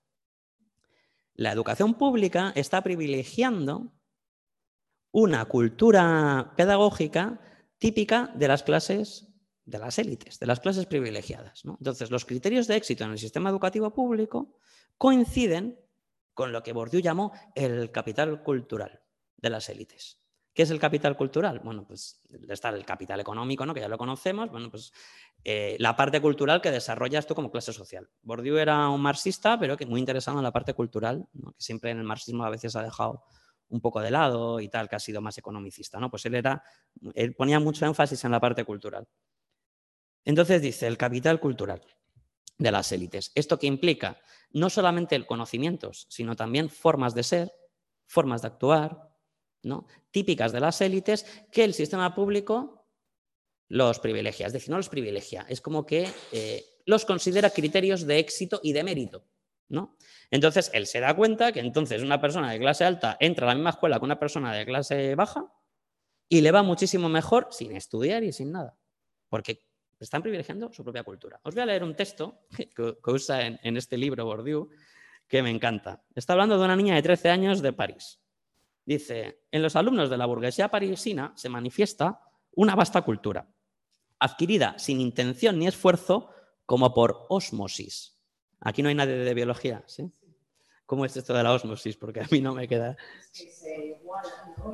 La educación pública está privilegiando una cultura pedagógica típica de las clases, de las élites, de las clases privilegiadas, ¿no? Entonces, los criterios de éxito en el sistema educativo público coinciden con lo que Bourdieu llamó el capital cultural de las élites. ¿Qué es el capital cultural? Bueno, pues está el capital económico, ¿no? Que ya lo conocemos. Bueno, pues la parte cultural que desarrollas tú como clase social. Bourdieu era un marxista, pero que muy interesado en la parte cultural, ¿no? Que siempre en el marxismo a veces ha dejado un poco de lado y tal, que ha sido más economicista, ¿no? Pues él ponía mucho énfasis en la parte cultural. Entonces dice, el capital cultural de las élites. ¿Esto qué implica? No solamente el conocimientos, sino también formas de ser, formas de actuar, ¿no? Típicas de las élites que el sistema público los privilegia. Es decir, no los privilegia, es como que los considera criterios de éxito y de mérito, ¿no? Entonces, él se da cuenta que entonces una persona de clase alta entra a la misma escuela que una persona de clase baja y le va muchísimo mejor sin estudiar y sin nada, porque están privilegiando su propia cultura. Os voy a leer un texto que usa en este libro Bourdieu que me encanta. Está hablando de una niña de 13 años de París. Dice, en los alumnos de la burguesía parisina se manifiesta una vasta cultura, adquirida sin intención ni esfuerzo como por ósmosis. Aquí no hay nadie de biología, ¿sí? ¿Cómo es esto de la ósmosis? Porque a mí no me queda... Que se igualan, ¿no?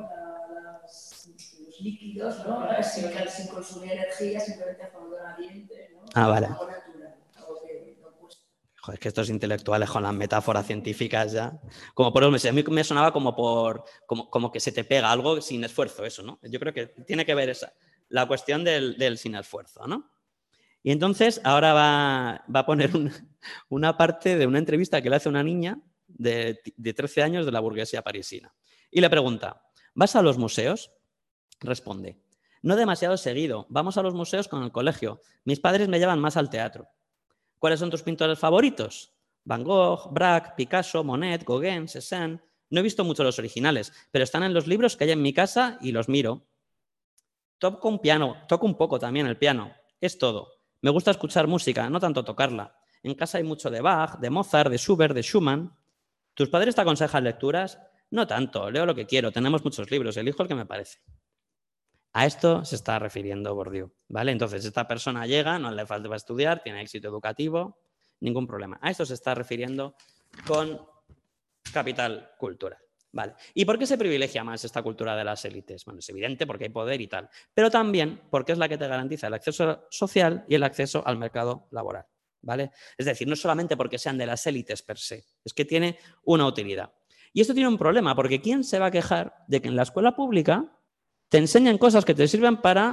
Los líquidos, ¿no? Sin consumir energía, simplemente a favor del ambiente, ¿no? Ah, vale. Algo natural, algo que no cuesta. Joder, es que estos intelectuales con las metáforas científicas ya... Como por a mí me sonaba como que se te pega algo sin esfuerzo, eso, ¿no? Yo creo que tiene que ver la cuestión del sin esfuerzo, ¿no? Y entonces ahora va a poner una parte de una entrevista que le hace una niña de 13 años de la burguesía parisina. Y le pregunta, ¿vas a los museos? Responde, no demasiado seguido. Vamos a los museos con el colegio. Mis padres me llevan más al teatro. ¿Cuáles son tus pintores favoritos? Van Gogh, Braque, Picasso, Monet, Gauguin, Cézanne. No he visto mucho los originales, pero están en los libros que hay en mi casa y los miro. Toco un poco también el piano. Es todo. Me gusta escuchar música, no tanto tocarla. En casa hay mucho de Bach, de Mozart, de Schubert, de Schumann. ¿Tus padres te aconsejan lecturas? No tanto, leo lo que quiero, tenemos muchos libros, elijo el que me parece. A esto se está refiriendo Bourdieu, ¿vale? Entonces, esta persona llega, no le falta estudiar, tiene éxito educativo, ningún problema. A esto se está refiriendo con capital cultural, ¿vale? ¿Y por qué se privilegia más esta cultura de las élites? Bueno, es evidente porque hay poder y tal, pero también porque es la que te garantiza el acceso social y el acceso al mercado laboral, ¿vale? Es decir, no solamente porque sean de las élites per se, es que tiene una utilidad. Y esto tiene un problema, porque ¿quién se va a quejar de que en la escuela pública te enseñan cosas que te sirven para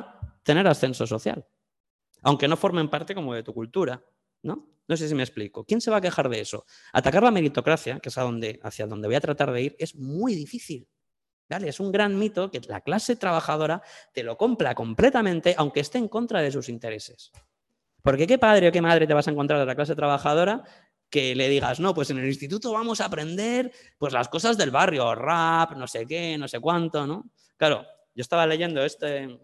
tener ascenso social, aunque no formen parte como de tu cultura, ¿no? No sé si me explico. ¿Quién se va a quejar de eso? Atacar la meritocracia, que es hacia donde voy a tratar de ir, es muy difícil. ¿Vale? Es un gran mito que la clase trabajadora te lo compra completamente, aunque esté en contra de sus intereses. Porque qué padre o qué madre te vas a encontrar de la clase trabajadora que le digas, no, pues en el instituto vamos a aprender pues las cosas del barrio, rap, no sé qué, no sé cuánto, ¿no? Claro, yo estaba leyendo este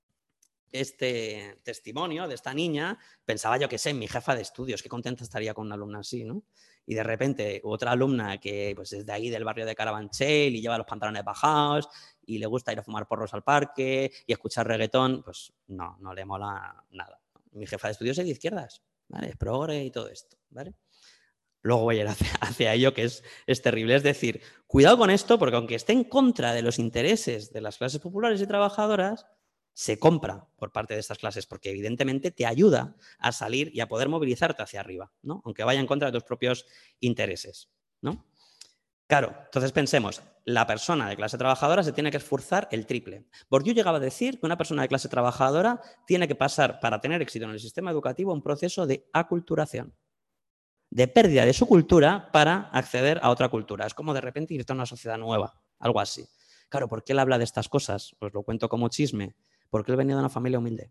testimonio de esta niña, pensaba yo que sé, mi jefa de estudios, qué contenta estaría con una alumna así, ¿no? Y de repente otra alumna que pues es de ahí del barrio de Carabanchel y lleva los pantalones bajados y le gusta ir a fumar porros al parque y escuchar reggaetón, pues no le mola nada. Mi jefa de estudios es de izquierdas, ¿vale? Es progre y todo esto, ¿vale? Luego voy a ir hacia ello, que es terrible. Es decir, cuidado con esto, porque aunque esté en contra de los intereses de las clases populares y trabajadoras, se compra por parte de estas clases, porque evidentemente te ayuda a salir y a poder movilizarte hacia arriba, ¿no? Aunque vaya en contra de tus propios intereses, ¿no? Claro, entonces pensemos, la persona de clase trabajadora se tiene que esforzar el triple. Bourdieu llegaba a decir que una persona de clase trabajadora tiene que pasar, para tener éxito en el sistema educativo, un proceso de aculturación, de pérdida de su cultura para acceder a otra cultura. Es como de repente irte a una sociedad nueva, algo así. Claro, ¿por qué él habla de estas cosas? Os lo cuento como chisme. Porque él venía de una familia humilde.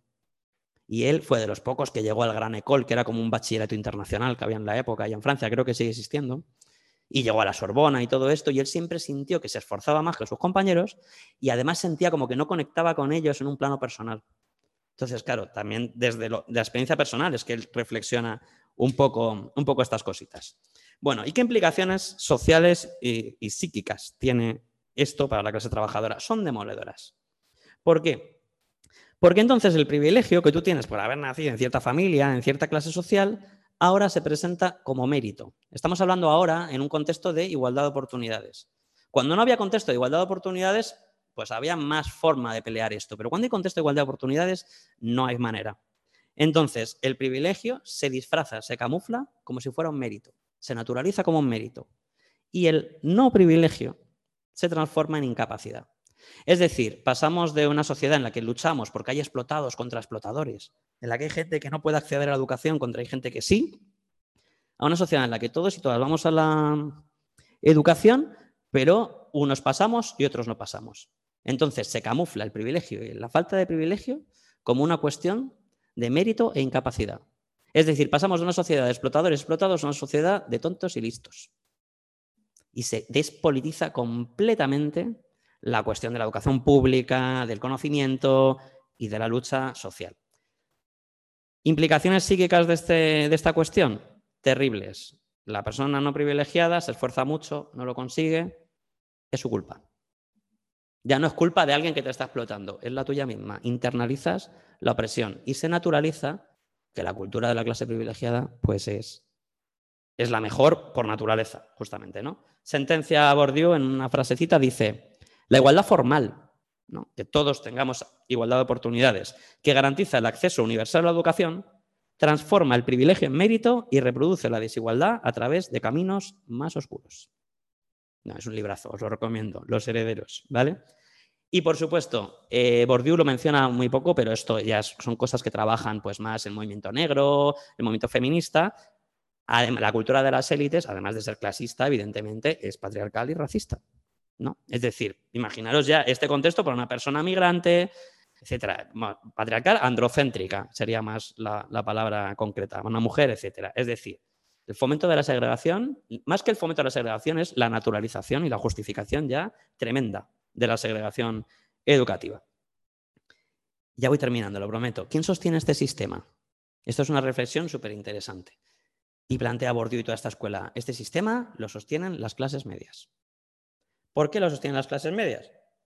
Y él fue de los pocos que llegó al Gran École, que era como un bachillerato internacional que había en la época y en Francia, creo que sigue existiendo. Y llegó a la Sorbona y todo esto, y él siempre sintió que se esforzaba más que sus compañeros y además sentía como que no conectaba con ellos en un plano personal. Entonces, claro, también desde la experiencia personal es que él reflexiona un poco estas cositas. Bueno, ¿y qué implicaciones sociales y psíquicas tiene esto para la clase trabajadora? Son demoledoras. ¿Por qué? Porque entonces el privilegio que tú tienes por haber nacido en cierta familia, en cierta clase social, ahora se presenta como mérito. Estamos hablando ahora en un contexto de igualdad de oportunidades. Cuando no había contexto de igualdad de oportunidades, pues había más forma de pelear esto. Pero cuando hay contexto de igualdad de oportunidades, no hay manera. Entonces, el privilegio se disfraza, se camufla como si fuera un mérito. Se naturaliza como un mérito. Y el no privilegio se transforma en incapacidad. Es decir, pasamos de una sociedad en la que luchamos porque hay explotados contra explotadores, en la que hay gente que no puede acceder a la educación contra hay gente que sí, a una sociedad en la que todos y todas vamos a la educación, pero unos pasamos y otros no pasamos. Entonces se camufla el privilegio y la falta de privilegio como una cuestión de mérito e incapacidad. Es decir, pasamos de una sociedad de explotadores explotados a una sociedad de tontos y listos. Y se despolitiza completamente la cuestión de la educación pública, del conocimiento y de la lucha social. ¿Implicaciones psíquicas de esta cuestión? Terribles. La persona no privilegiada se esfuerza mucho, no lo consigue, es su culpa. Ya no es culpa de alguien que te está explotando, es la tuya misma. Internalizas la opresión y se naturaliza que la cultura de la clase privilegiada pues es la mejor por naturaleza, justamente, ¿no? Sentencia Bourdieu en una frasecita, dice: la igualdad formal, ¿no? Que todos tengamos igualdad de oportunidades, que garantiza el acceso universal a la educación, transforma el privilegio en mérito y reproduce la desigualdad a través de caminos más oscuros. No, es un librazo, os lo recomiendo, Los herederos, ¿vale? Y por supuesto, Bourdieu lo menciona muy poco, pero esto ya son cosas que trabajan pues más el movimiento negro, el movimiento feminista. La cultura de las élites, además de ser clasista, evidentemente, es patriarcal y racista, ¿no? Es decir, imaginaros ya este contexto para una persona migrante, etcétera. Patriarcal, androcéntrica sería más la palabra concreta, una mujer, etcétera. Es decir, el fomento de la segregación, más que el fomento de la segregación, es la naturalización y la justificación ya tremenda de la segregación educativa. Ya voy terminando, lo prometo. ¿Quién sostiene este sistema? Esto es una reflexión súper interesante. Y plantea Bourdieu y toda esta escuela, este sistema lo sostienen las clases medias. ¿Por qué lo sostienen las clases medias?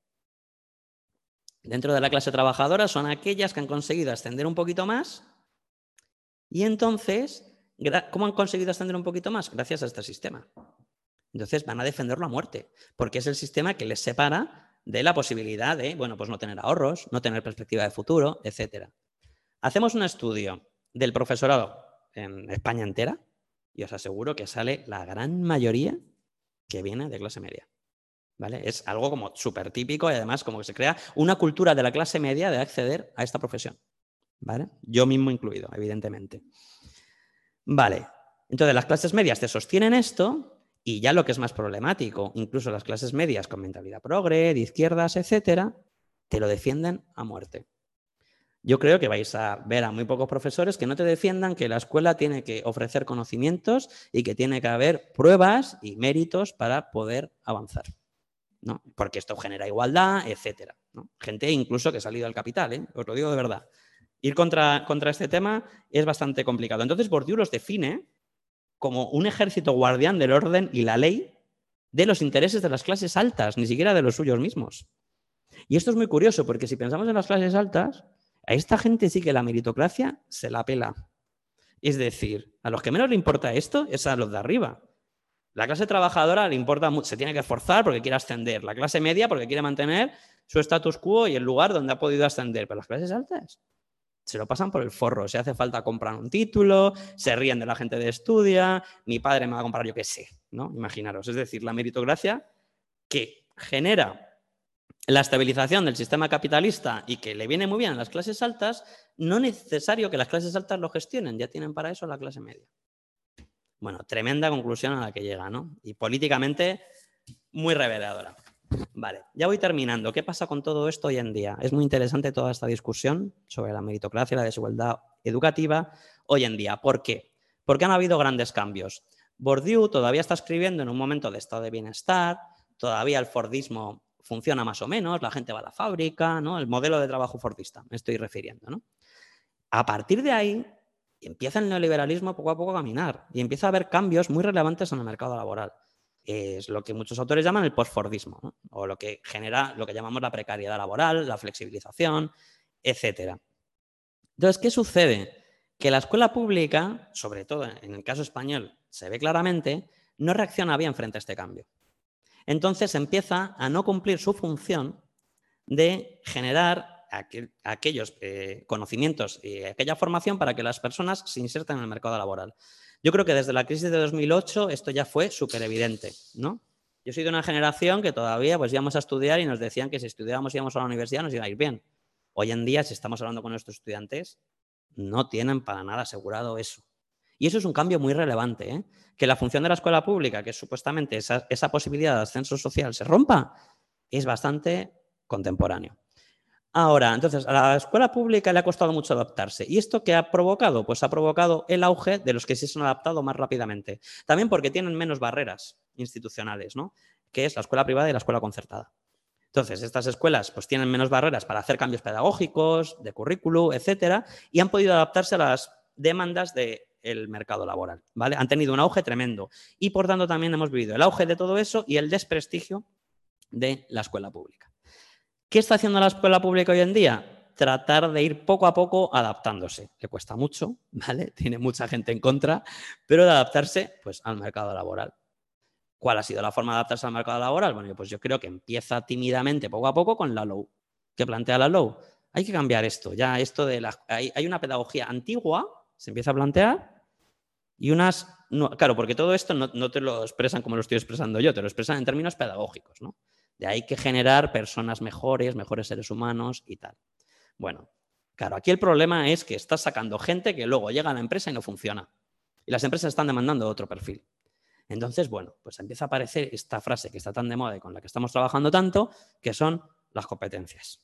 Dentro de la clase trabajadora son aquellas que han conseguido ascender un poquito más y entonces, ¿cómo han conseguido ascender un poquito más? Gracias a este sistema. Entonces van a defenderlo a muerte, porque es el sistema que les separa de la posibilidad de, bueno, pues no tener ahorros, no tener perspectiva de futuro, etc. Hacemos un estudio del profesorado en España entera y os aseguro que sale la gran mayoría que viene de clase media. ¿vale? Es algo como súper típico y además como que se crea una cultura de la clase media de acceder a esta profesión, ¿vale? Yo mismo incluido, evidentemente. Vale, entonces las clases medias te sostienen esto y ya lo que es más problemático, incluso las clases medias con mentalidad progre, de izquierdas, etcétera, te lo defienden a muerte. Yo creo que vais a ver a muy pocos profesores que no te defiendan que la escuela tiene que ofrecer conocimientos y que tiene que haber pruebas y méritos para poder avanzar, ¿no? Porque esto genera igualdad, etcétera, ¿no? Gente incluso que ha salido del capital, ¿eh? Os lo digo de verdad. Ir contra este tema es bastante complicado. Entonces Bourdieu los define como un ejército guardián del orden y la ley de los intereses de las clases altas, ni siquiera de los suyos mismos. Y esto es muy curioso, porque si pensamos en las clases altas, a esta gente sí que la meritocracia se la pela. Es decir, a los que menos le importa esto es a los de arriba. La clase trabajadora le importa mucho, se tiene que esforzar porque quiere ascender. La clase media porque quiere mantener su status quo y el lugar donde ha podido ascender. Pero las clases altas se lo pasan por el forro. Si hace falta comprar un título, se ríen de la gente de estudia, mi padre me va a comprar yo qué sé, ¿no? Imaginaros. Es decir, la meritocracia que genera la estabilización del sistema capitalista y que le viene muy bien a las clases altas, no es necesario que las clases altas lo gestionen, ya tienen para eso la clase media. Bueno, tremenda conclusión a la que llega, ¿no? Y políticamente muy reveladora. Vale, ya voy terminando. ¿Qué pasa con todo esto hoy en día? Es muy interesante toda esta discusión sobre la meritocracia y la desigualdad educativa hoy en día. ¿Por qué? Porque han habido grandes cambios. Bourdieu todavía está escribiendo en un momento de estado de bienestar, todavía el fordismo funciona más o menos, la gente va a la fábrica, ¿no? El modelo de trabajo fordista, me estoy refiriendo, ¿no? A partir de ahí empieza el neoliberalismo poco a poco a caminar y empieza a haber cambios muy relevantes en el mercado laboral. Es lo que muchos autores llaman el postfordismo, ¿no? O lo que genera lo que llamamos la precariedad laboral, la flexibilización, etcétera. Entonces, ¿qué sucede? Que la escuela pública, sobre todo en el caso español, se ve claramente, no reacciona bien frente a este cambio. Entonces empieza a no cumplir su función de generar aquellos conocimientos y aquella formación para que las personas se inserten en el mercado laboral. Yo creo que desde la crisis de 2008 esto ya fue súper evidente, ¿no? Yo soy de una generación que todavía pues íbamos a estudiar y nos decían que si estudiábamos y íbamos a la universidad nos iba a ir bien. Hoy en día, si estamos hablando con nuestros estudiantes, no tienen para nada asegurado eso. Y eso es un cambio muy relevante, ¿eh? Que la función de la escuela pública, que es supuestamente esa posibilidad de ascenso social, se rompa, es bastante contemporáneo. Ahora, entonces, a la escuela pública le ha costado mucho adaptarse. ¿Y esto qué ha provocado? Pues ha provocado el auge de los que sí se han adaptado más rápidamente. También porque tienen menos barreras institucionales, ¿no? Que es la escuela privada y la escuela concertada. Entonces, estas escuelas pues, tienen menos barreras para hacer cambios pedagógicos, de currículum, etcétera, y han podido adaptarse a las demandas del mercado laboral, ¿vale? Han tenido un auge tremendo. Y, por tanto, también hemos vivido el auge de todo eso y el desprestigio de la escuela pública. ¿Qué está haciendo la escuela pública hoy en día? Tratar de ir poco a poco adaptándose. Le cuesta mucho, ¿vale? Tiene mucha gente en contra, pero de adaptarse pues, al mercado laboral. ¿Cuál ha sido la forma de adaptarse al mercado laboral? Bueno, pues yo creo que empieza tímidamente, poco a poco, con la LOU. ¿Qué plantea la LOU? Hay que cambiar esto. Ya esto de hay una pedagogía antigua, se empieza a plantear, y unas... No, claro, porque todo esto no te lo expresan como lo estoy expresando yo, te lo expresan en términos pedagógicos, ¿no? De ahí que generar personas mejores seres humanos y tal. Bueno, claro, aquí el problema es que estás sacando gente que luego llega a la empresa y no funciona. Y las empresas están demandando otro perfil. Entonces, bueno, pues empieza a aparecer esta frase que está tan de moda y con la que estamos trabajando tanto, que son las competencias.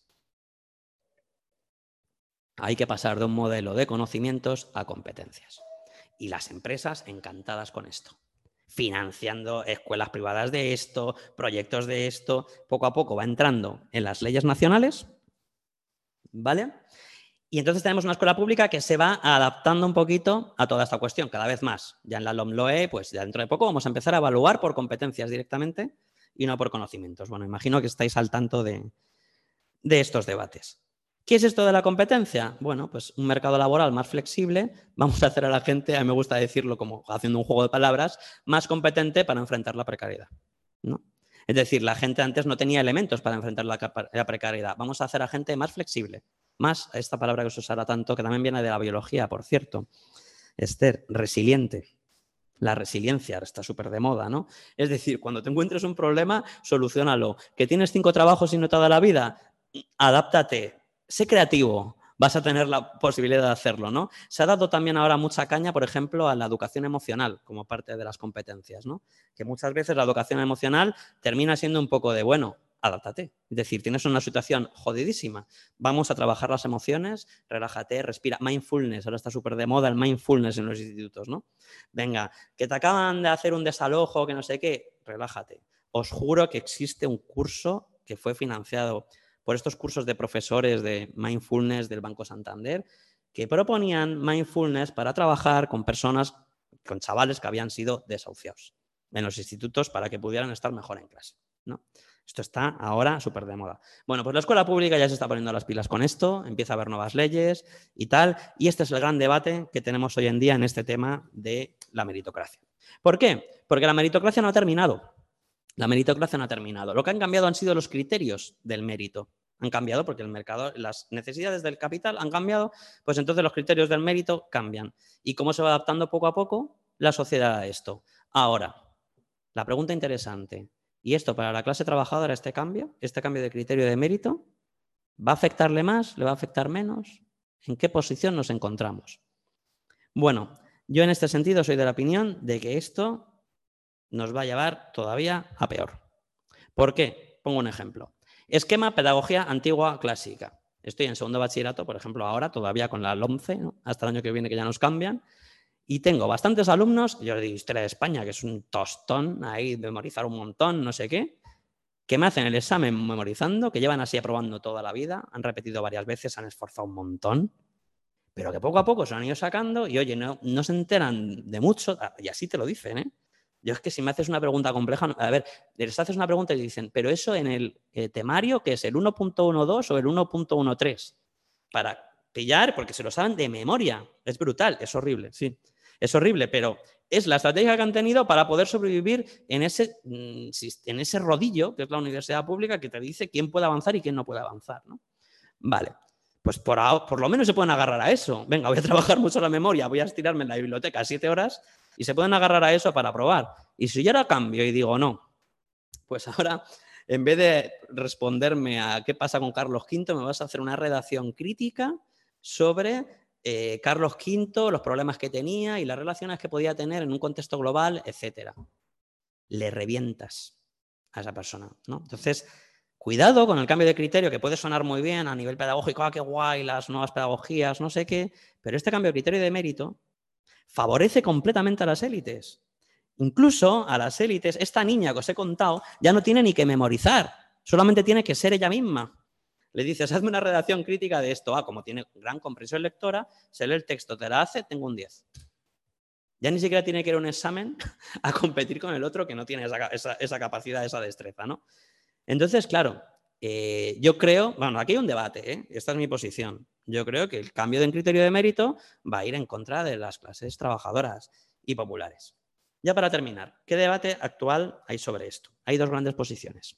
Hay que pasar de un modelo de conocimientos a competencias. Y las empresas encantadas con esto. Financiando escuelas privadas de esto, proyectos de esto, poco a poco va entrando en las leyes nacionales, ¿vale? Y entonces tenemos una escuela pública que se va adaptando un poquito a toda esta cuestión, cada vez más. Ya en la LOMLOE, pues ya dentro de poco vamos a empezar a evaluar por competencias directamente y no por conocimientos. Bueno, imagino que estáis al tanto de estos debates. ¿Qué es esto de la competencia? Bueno, pues un mercado laboral más flexible. Vamos a hacer a la gente, a mí me gusta decirlo como haciendo un juego de palabras, más competente para enfrentar la precariedad, ¿no? Es decir, la gente antes no tenía elementos para enfrentar la precariedad. Vamos a hacer a gente más flexible. Más, esta palabra que se usará tanto, que también viene de la biología, por cierto. Esther, resiliente. La resiliencia está súper de moda, ¿no? Es decir, cuando te encuentres un problema, soluciónalo. ¿Que tienes 5 trabajos y no te da la vida? Adáptate, sé creativo, vas a tener la posibilidad de hacerlo, ¿no? Se ha dado también ahora mucha caña, por ejemplo, a la educación emocional como parte de las competencias, ¿no? Que muchas veces la educación emocional termina siendo un poco de, bueno, adáptate. Es decir, tienes una situación jodidísima, vamos a trabajar las emociones, relájate, respira. Mindfulness, ahora está súper de moda el mindfulness en los institutos, ¿no? Venga, que te acaban de hacer un desalojo, que no sé qué, relájate. Os juro que existe un curso que fue financiado por estos cursos de profesores de mindfulness del Banco Santander, que proponían mindfulness para trabajar con personas, con chavales que habían sido desahuciados en los institutos para que pudieran estar mejor en clase, ¿no? Esto está ahora súper de moda. Bueno, pues la escuela pública ya se está poniendo las pilas con esto, empieza a haber nuevas leyes y tal, y este es el gran debate que tenemos hoy en día en este tema de la meritocracia. ¿Por qué? Porque la meritocracia no ha terminado. La meritocracia no ha terminado. Lo que han cambiado han sido los criterios del mérito. Han cambiado porque el mercado, las necesidades del capital han cambiado, pues entonces los criterios del mérito cambian. ¿Y cómo se va adaptando poco a poco la sociedad a esto? Ahora, la pregunta interesante. ¿Y esto para la clase trabajadora, este cambio de criterio de mérito, va a afectarle más? ¿Le va a afectar menos? ¿En qué posición nos encontramos? Bueno, yo en este sentido soy de la opinión de que esto nos va a llevar todavía a peor. ¿Por qué? Pongo un ejemplo. Esquema pedagogía antigua clásica. Estoy en segundo bachillerato, por ejemplo, ahora todavía con la LOMCE, ¿no? Hasta el año que viene que ya nos cambian. Y tengo bastantes alumnos, yo les digo Historia de España, que es un tostón, ahí memorizar un montón, no sé qué, que me hacen el examen memorizando, que llevan así aprobando toda la vida, han repetido varias veces, han esforzado un montón, pero que poco a poco se han ido sacando y, oye, no se enteran de mucho, y así te lo dicen, ¿eh? Yo es que si me haces una pregunta compleja, a ver, les haces una pregunta y dicen, pero eso en el temario, ¿qué es el 1.12 o el 1.13? Para pillar, porque se lo saben de memoria. Es brutal, es horrible, sí. Es horrible, pero es la estrategia que han tenido para poder sobrevivir en ese rodillo, que es la universidad pública, que te dice quién puede avanzar y quién no puede avanzar, ¿no? Vale, pues por lo menos se pueden agarrar a eso. Venga, voy a trabajar mucho la memoria, voy a estirarme en la biblioteca 7 horas y se pueden agarrar a eso para probar. Y si yo ahora cambio y digo no, pues ahora en vez de responderme a qué pasa con Carlos V, me vas a hacer una redacción crítica sobre Carlos V, los problemas que tenía y las relaciones que podía tener en un contexto global, etcétera. Le revientas a esa persona, ¿no? Entonces, cuidado con el cambio de criterio, que puede sonar muy bien a nivel pedagógico, qué guay, las nuevas pedagogías, no sé qué, pero este cambio de criterio de mérito favorece completamente a las élites. Incluso a las élites, esta niña que os he contado ya no tiene ni que memorizar, solamente tiene que ser ella misma. Le dices, hazme una redacción crítica de esto. Como tiene gran comprensión lectora, se lee el texto, te la hace, tengo un 10. Ya ni siquiera tiene que ir a un examen a competir con el otro que no tiene esa capacidad, esa destreza, ¿no? Entonces, claro, yo creo, bueno, aquí hay un debate, ¿eh? Esta es mi posición. Yo creo que el cambio de criterio de mérito va a ir en contra de las clases trabajadoras y populares. Ya para terminar, ¿qué debate actual hay sobre esto? Hay dos grandes posiciones.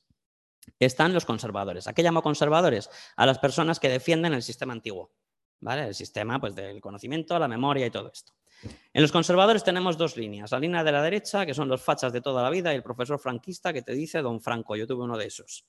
Están los conservadores. ¿A qué llamo conservadores? A las personas que defienden el sistema antiguo, ¿vale? El sistema, pues, del conocimiento, la memoria y todo esto. En los conservadores tenemos dos líneas. La línea de la derecha, que son los fachas de toda la vida, y el profesor franquista que te dice don Franco. Yo tuve uno de esos.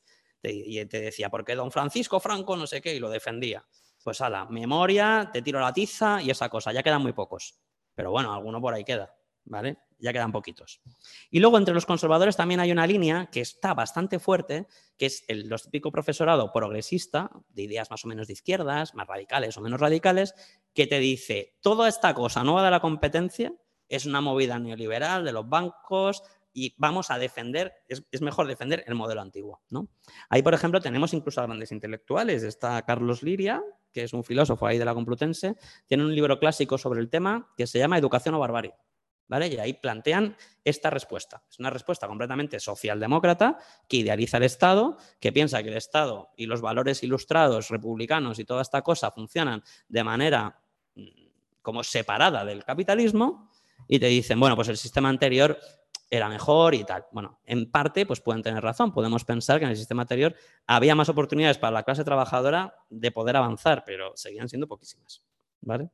Y te decía, ¿por qué don Francisco Franco no sé qué? Y lo defendía. Pues a la memoria, te tiro la tiza y esa cosa. Ya quedan muy pocos. Pero bueno, alguno por ahí queda, ¿vale? Ya quedan poquitos. Y luego entre los conservadores también hay una línea que está bastante fuerte, que es el típico profesorado progresista, de ideas más o menos de izquierdas, más radicales o menos radicales, que te dice, toda esta cosa nueva de la competencia es una movida neoliberal de los bancos y vamos a defender, es mejor defender el modelo antiguo, ¿no? Ahí, por ejemplo, tenemos incluso a grandes intelectuales. Está Carlos Liria, que es un filósofo ahí de la Complutense, tiene un libro clásico sobre el tema que se llama Educación o Barbarie, ¿vale? Y ahí plantean esta respuesta. Es una respuesta completamente socialdemócrata que idealiza el Estado, que piensa que el Estado y los valores ilustrados, republicanos y toda esta cosa funcionan de manera como separada del capitalismo y te dicen, bueno, pues el sistema anterior era mejor y tal. Bueno, en parte pues pueden tener razón. Podemos pensar que en el sistema anterior había más oportunidades para la clase trabajadora de poder avanzar, pero seguían siendo poquísimas, ¿vale?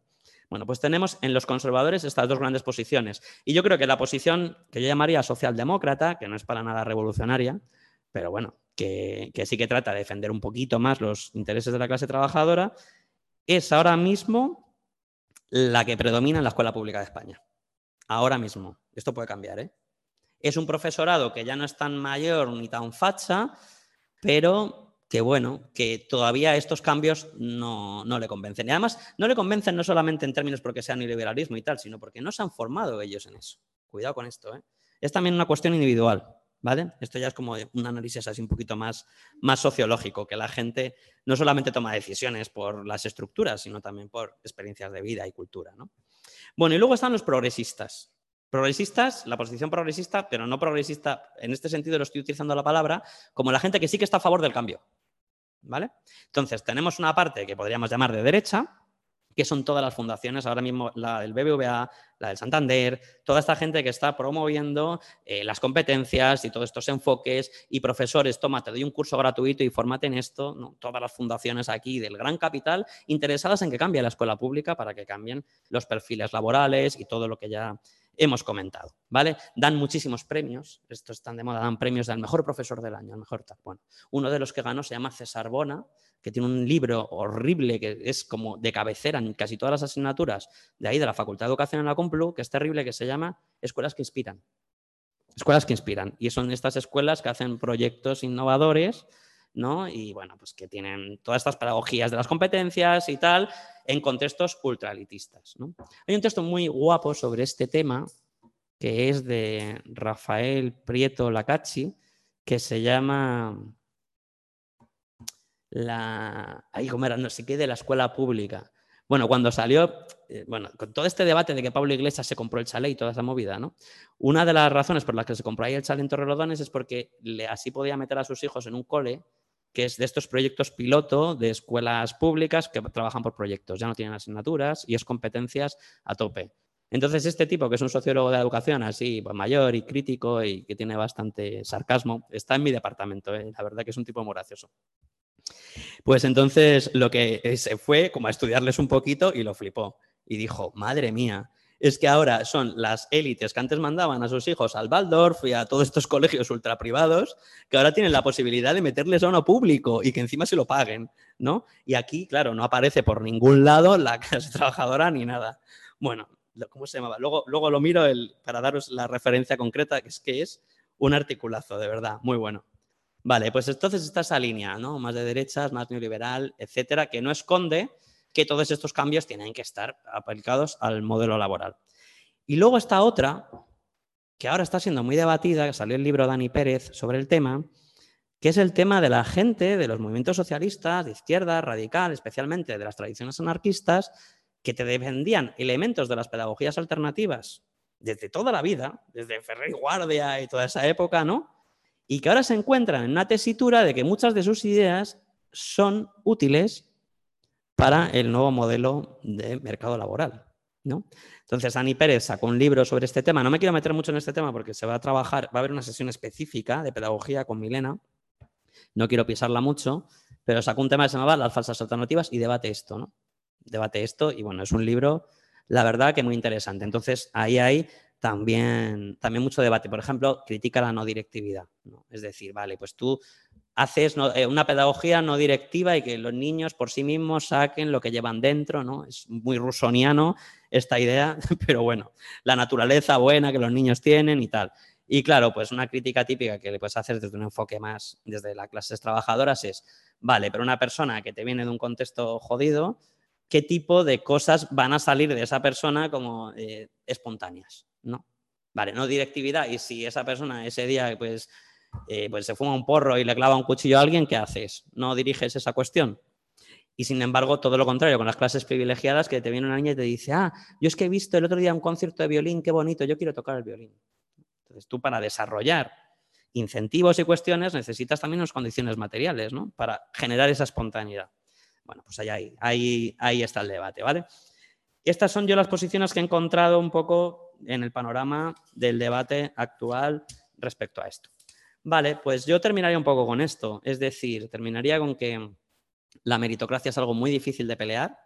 Bueno, pues tenemos en los conservadores estas dos grandes posiciones. Y yo creo que la posición que yo llamaría socialdemócrata, que no es para nada revolucionaria, pero bueno, que sí que trata de defender un poquito más los intereses de la clase trabajadora, es ahora mismo la que predomina en la escuela pública de España. Ahora mismo. Esto puede cambiar, ¿eh? Es un profesorado que ya no es tan mayor ni tan facha, pero que bueno, que todavía estos cambios no le convencen. Y además no le convencen no solamente en términos porque sea neoliberalismo y tal, sino porque no se han formado ellos en eso. Cuidado con esto, ¿eh? Es también una cuestión individual, ¿vale? Esto ya es como un análisis así un poquito más sociológico, que la gente no solamente toma decisiones por las estructuras, sino también por experiencias de vida y cultura, ¿no? Bueno, y luego están los progresistas. Progresistas, la posición progresista, pero no progresista, en este sentido lo estoy utilizando la palabra, como la gente que sí que está a favor del cambio, ¿vale? Entonces, tenemos una parte que podríamos llamar de derecha, que son todas las fundaciones, ahora mismo la del BBVA, la del Santander, toda esta gente que está promoviendo las competencias y todos estos enfoques y profesores, toma, te doy un curso gratuito y fórmate en esto, ¿no? Todas las fundaciones aquí del gran capital interesadas en que cambie la escuela pública para que cambien los perfiles laborales y todo lo que ya hemos comentado, ¿vale? Dan muchísimos premios, estos están de moda, dan premios al mejor profesor del año, al mejor tal. Bueno, uno de los que ganó se llama César Bona, que tiene un libro horrible que es como de cabecera en casi todas las asignaturas de ahí de la Facultad de Educación en la Complu, que es terrible, que se llama Escuelas que Inspiran. Escuelas que Inspiran. Y son estas escuelas que hacen proyectos innovadores, ¿no? Y bueno, pues que tienen todas estas pedagogías de las competencias y tal en contextos ultraelitistas, ¿no? Hay un texto muy guapo sobre este tema que es de Rafael Prieto Lacacci, que se llama ¿cómo era? No sé qué, de la escuela pública. Bueno, cuando salió, con todo este debate de que Pablo Iglesias se compró el chalet y toda esa movida, ¿no? Una de las razones por las que se compró ahí el chalet en Torrelodones es porque así podía meter a sus hijos en un cole que es de estos proyectos piloto de escuelas públicas que trabajan por proyectos, ya no tienen asignaturas y es competencias a tope. Entonces, este tipo, que es un sociólogo de la educación así, pues, mayor y crítico y que tiene bastante sarcasmo, está en mi departamento, ¿eh? La verdad que es un tipo muy gracioso. Pues entonces lo que se fue como a estudiarles un poquito y lo flipó. Y dijo, madre mía, es que ahora son las élites que antes mandaban a sus hijos al Waldorf y a todos estos colegios ultraprivados, que ahora tienen la posibilidad de meterles a uno público y que encima se lo paguen, ¿no? Y aquí, claro, no aparece por ningún lado la clase trabajadora ni nada. Bueno, ¿cómo se llamaba? Luego lo miro para daros la referencia concreta, que es un articulazo, de verdad, muy bueno. Vale, pues entonces está esa línea, ¿no? Más de derechas, más neoliberal, etcétera, que no esconde que todos estos cambios tienen que estar aplicados al modelo laboral. Y luego está otra, que ahora está siendo muy debatida, que salió el libro Dani Pérez sobre el tema, que es el tema de la gente, de los movimientos socialistas, de izquierda, radical, especialmente de las tradiciones anarquistas, que te defendían elementos de las pedagogías alternativas desde toda la vida, desde Ferrer y Guardia y toda esa época, ¿no? Y que ahora se encuentran en una tesitura de que muchas de sus ideas son útiles para el nuevo modelo de mercado laboral, ¿no? Entonces, Dani Pérez sacó un libro sobre este tema. No me quiero meter mucho en este tema porque se va a trabajar, va a haber una sesión específica de pedagogía con Milena. No quiero pisarla mucho, pero sacó un tema que se llamaba Las falsas alternativas y debate esto, ¿no? Debate esto y bueno, es un libro, la verdad, que muy interesante. Entonces, ahí hay también mucho debate. Por ejemplo, critica la no directividad, ¿no? Es decir, vale, pues tú haces una pedagogía no directiva y que los niños por sí mismos saquen lo que llevan dentro, ¿no? Es muy rusoniano esta idea, pero bueno, la naturaleza buena que los niños tienen y tal. Y claro, pues una crítica típica que le puedes hacer desde un enfoque más desde las clases trabajadoras es, vale, pero una persona que te viene de un contexto jodido, ¿qué tipo de cosas van a salir de esa persona como espontáneas? ¿No? Vale, no directividad. Y si esa persona ese día pues se fuma un porro y le clava un cuchillo a alguien, ¿qué haces? ¿No diriges esa cuestión? Y sin embargo, todo lo contrario, con las clases privilegiadas, que te viene una niña y te dice, yo es que he visto el otro día un concierto de violín, qué bonito, yo quiero tocar el violín. Entonces, tú para desarrollar incentivos y cuestiones necesitas también unas condiciones materiales, ¿no? Para generar esa espontaneidad. Bueno, pues ahí está el debate, ¿vale? Estas son yo las posiciones que he encontrado un poco en el panorama del debate actual respecto a esto. Vale, pues yo terminaría un poco con esto. Es decir, terminaría con que la meritocracia es algo muy difícil de pelear,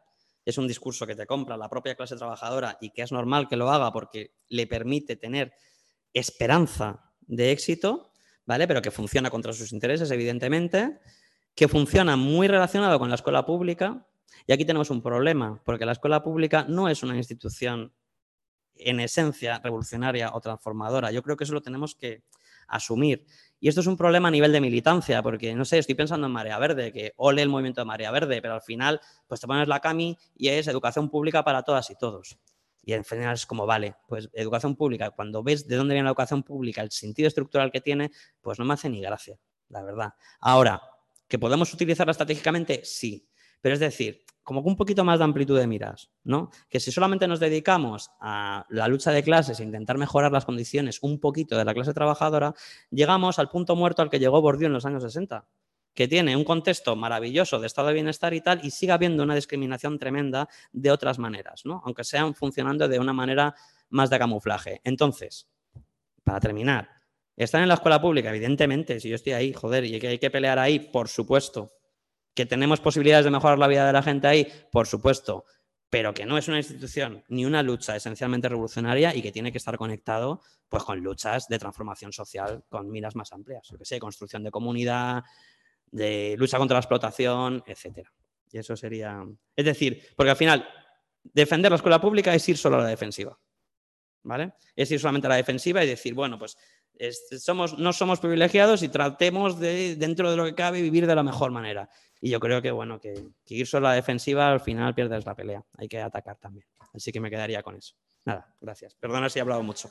es un discurso que te compra la propia clase trabajadora y que es normal que lo haga porque le permite tener esperanza de éxito, ¿vale? Pero que funciona contra sus intereses, evidentemente, que funciona muy relacionado con la escuela pública. Y aquí tenemos un problema, porque la escuela pública no es una institución en esencia revolucionaria o transformadora. Yo creo que eso lo tenemos que asumir. Y esto es un problema a nivel de militancia, porque, no sé, estoy pensando en Marea Verde, que ole el movimiento de Marea Verde, pero al final pues te pones la cami y es educación pública para todas y todos. Y al final es como, vale, pues educación pública, cuando ves de dónde viene la educación pública, el sentido estructural que tiene, pues no me hace ni gracia, la verdad. Ahora, ¿que podemos utilizarla estratégicamente? Sí. Pero es decir, como que un poquito más de amplitud de miras, ¿no? Que si solamente nos dedicamos a la lucha de clases e intentar mejorar las condiciones un poquito de la clase trabajadora, llegamos al punto muerto al que llegó Bourdieu en los años 60, que tiene un contexto maravilloso de estado de bienestar y tal, y sigue habiendo una discriminación tremenda de otras maneras, ¿no? Aunque sean funcionando de una manera más de camuflaje. Entonces, para terminar, ¿están en la escuela pública? Evidentemente, si yo estoy ahí, joder, y que hay que pelear ahí, por supuesto. ¿Que tenemos posibilidades de mejorar la vida de la gente ahí? Por supuesto, pero que no es una institución ni una lucha esencialmente revolucionaria y que tiene que estar conectado pues, con luchas de transformación social con miras más amplias. Yo que sé, construcción de comunidad, de lucha contra la explotación, etcétera. Y eso sería... Es decir, porque al final, defender la escuela pública es ir solo a la defensiva, ¿vale? Es ir solamente a la defensiva y decir, bueno, pues no somos privilegiados y tratemos de, dentro de lo que cabe, vivir de la mejor manera. Y yo creo que, bueno, que ir solo a la defensiva al final pierdes la pelea. Hay que atacar también. Así que me quedaría con eso. Nada, gracias. Perdona si he hablado mucho.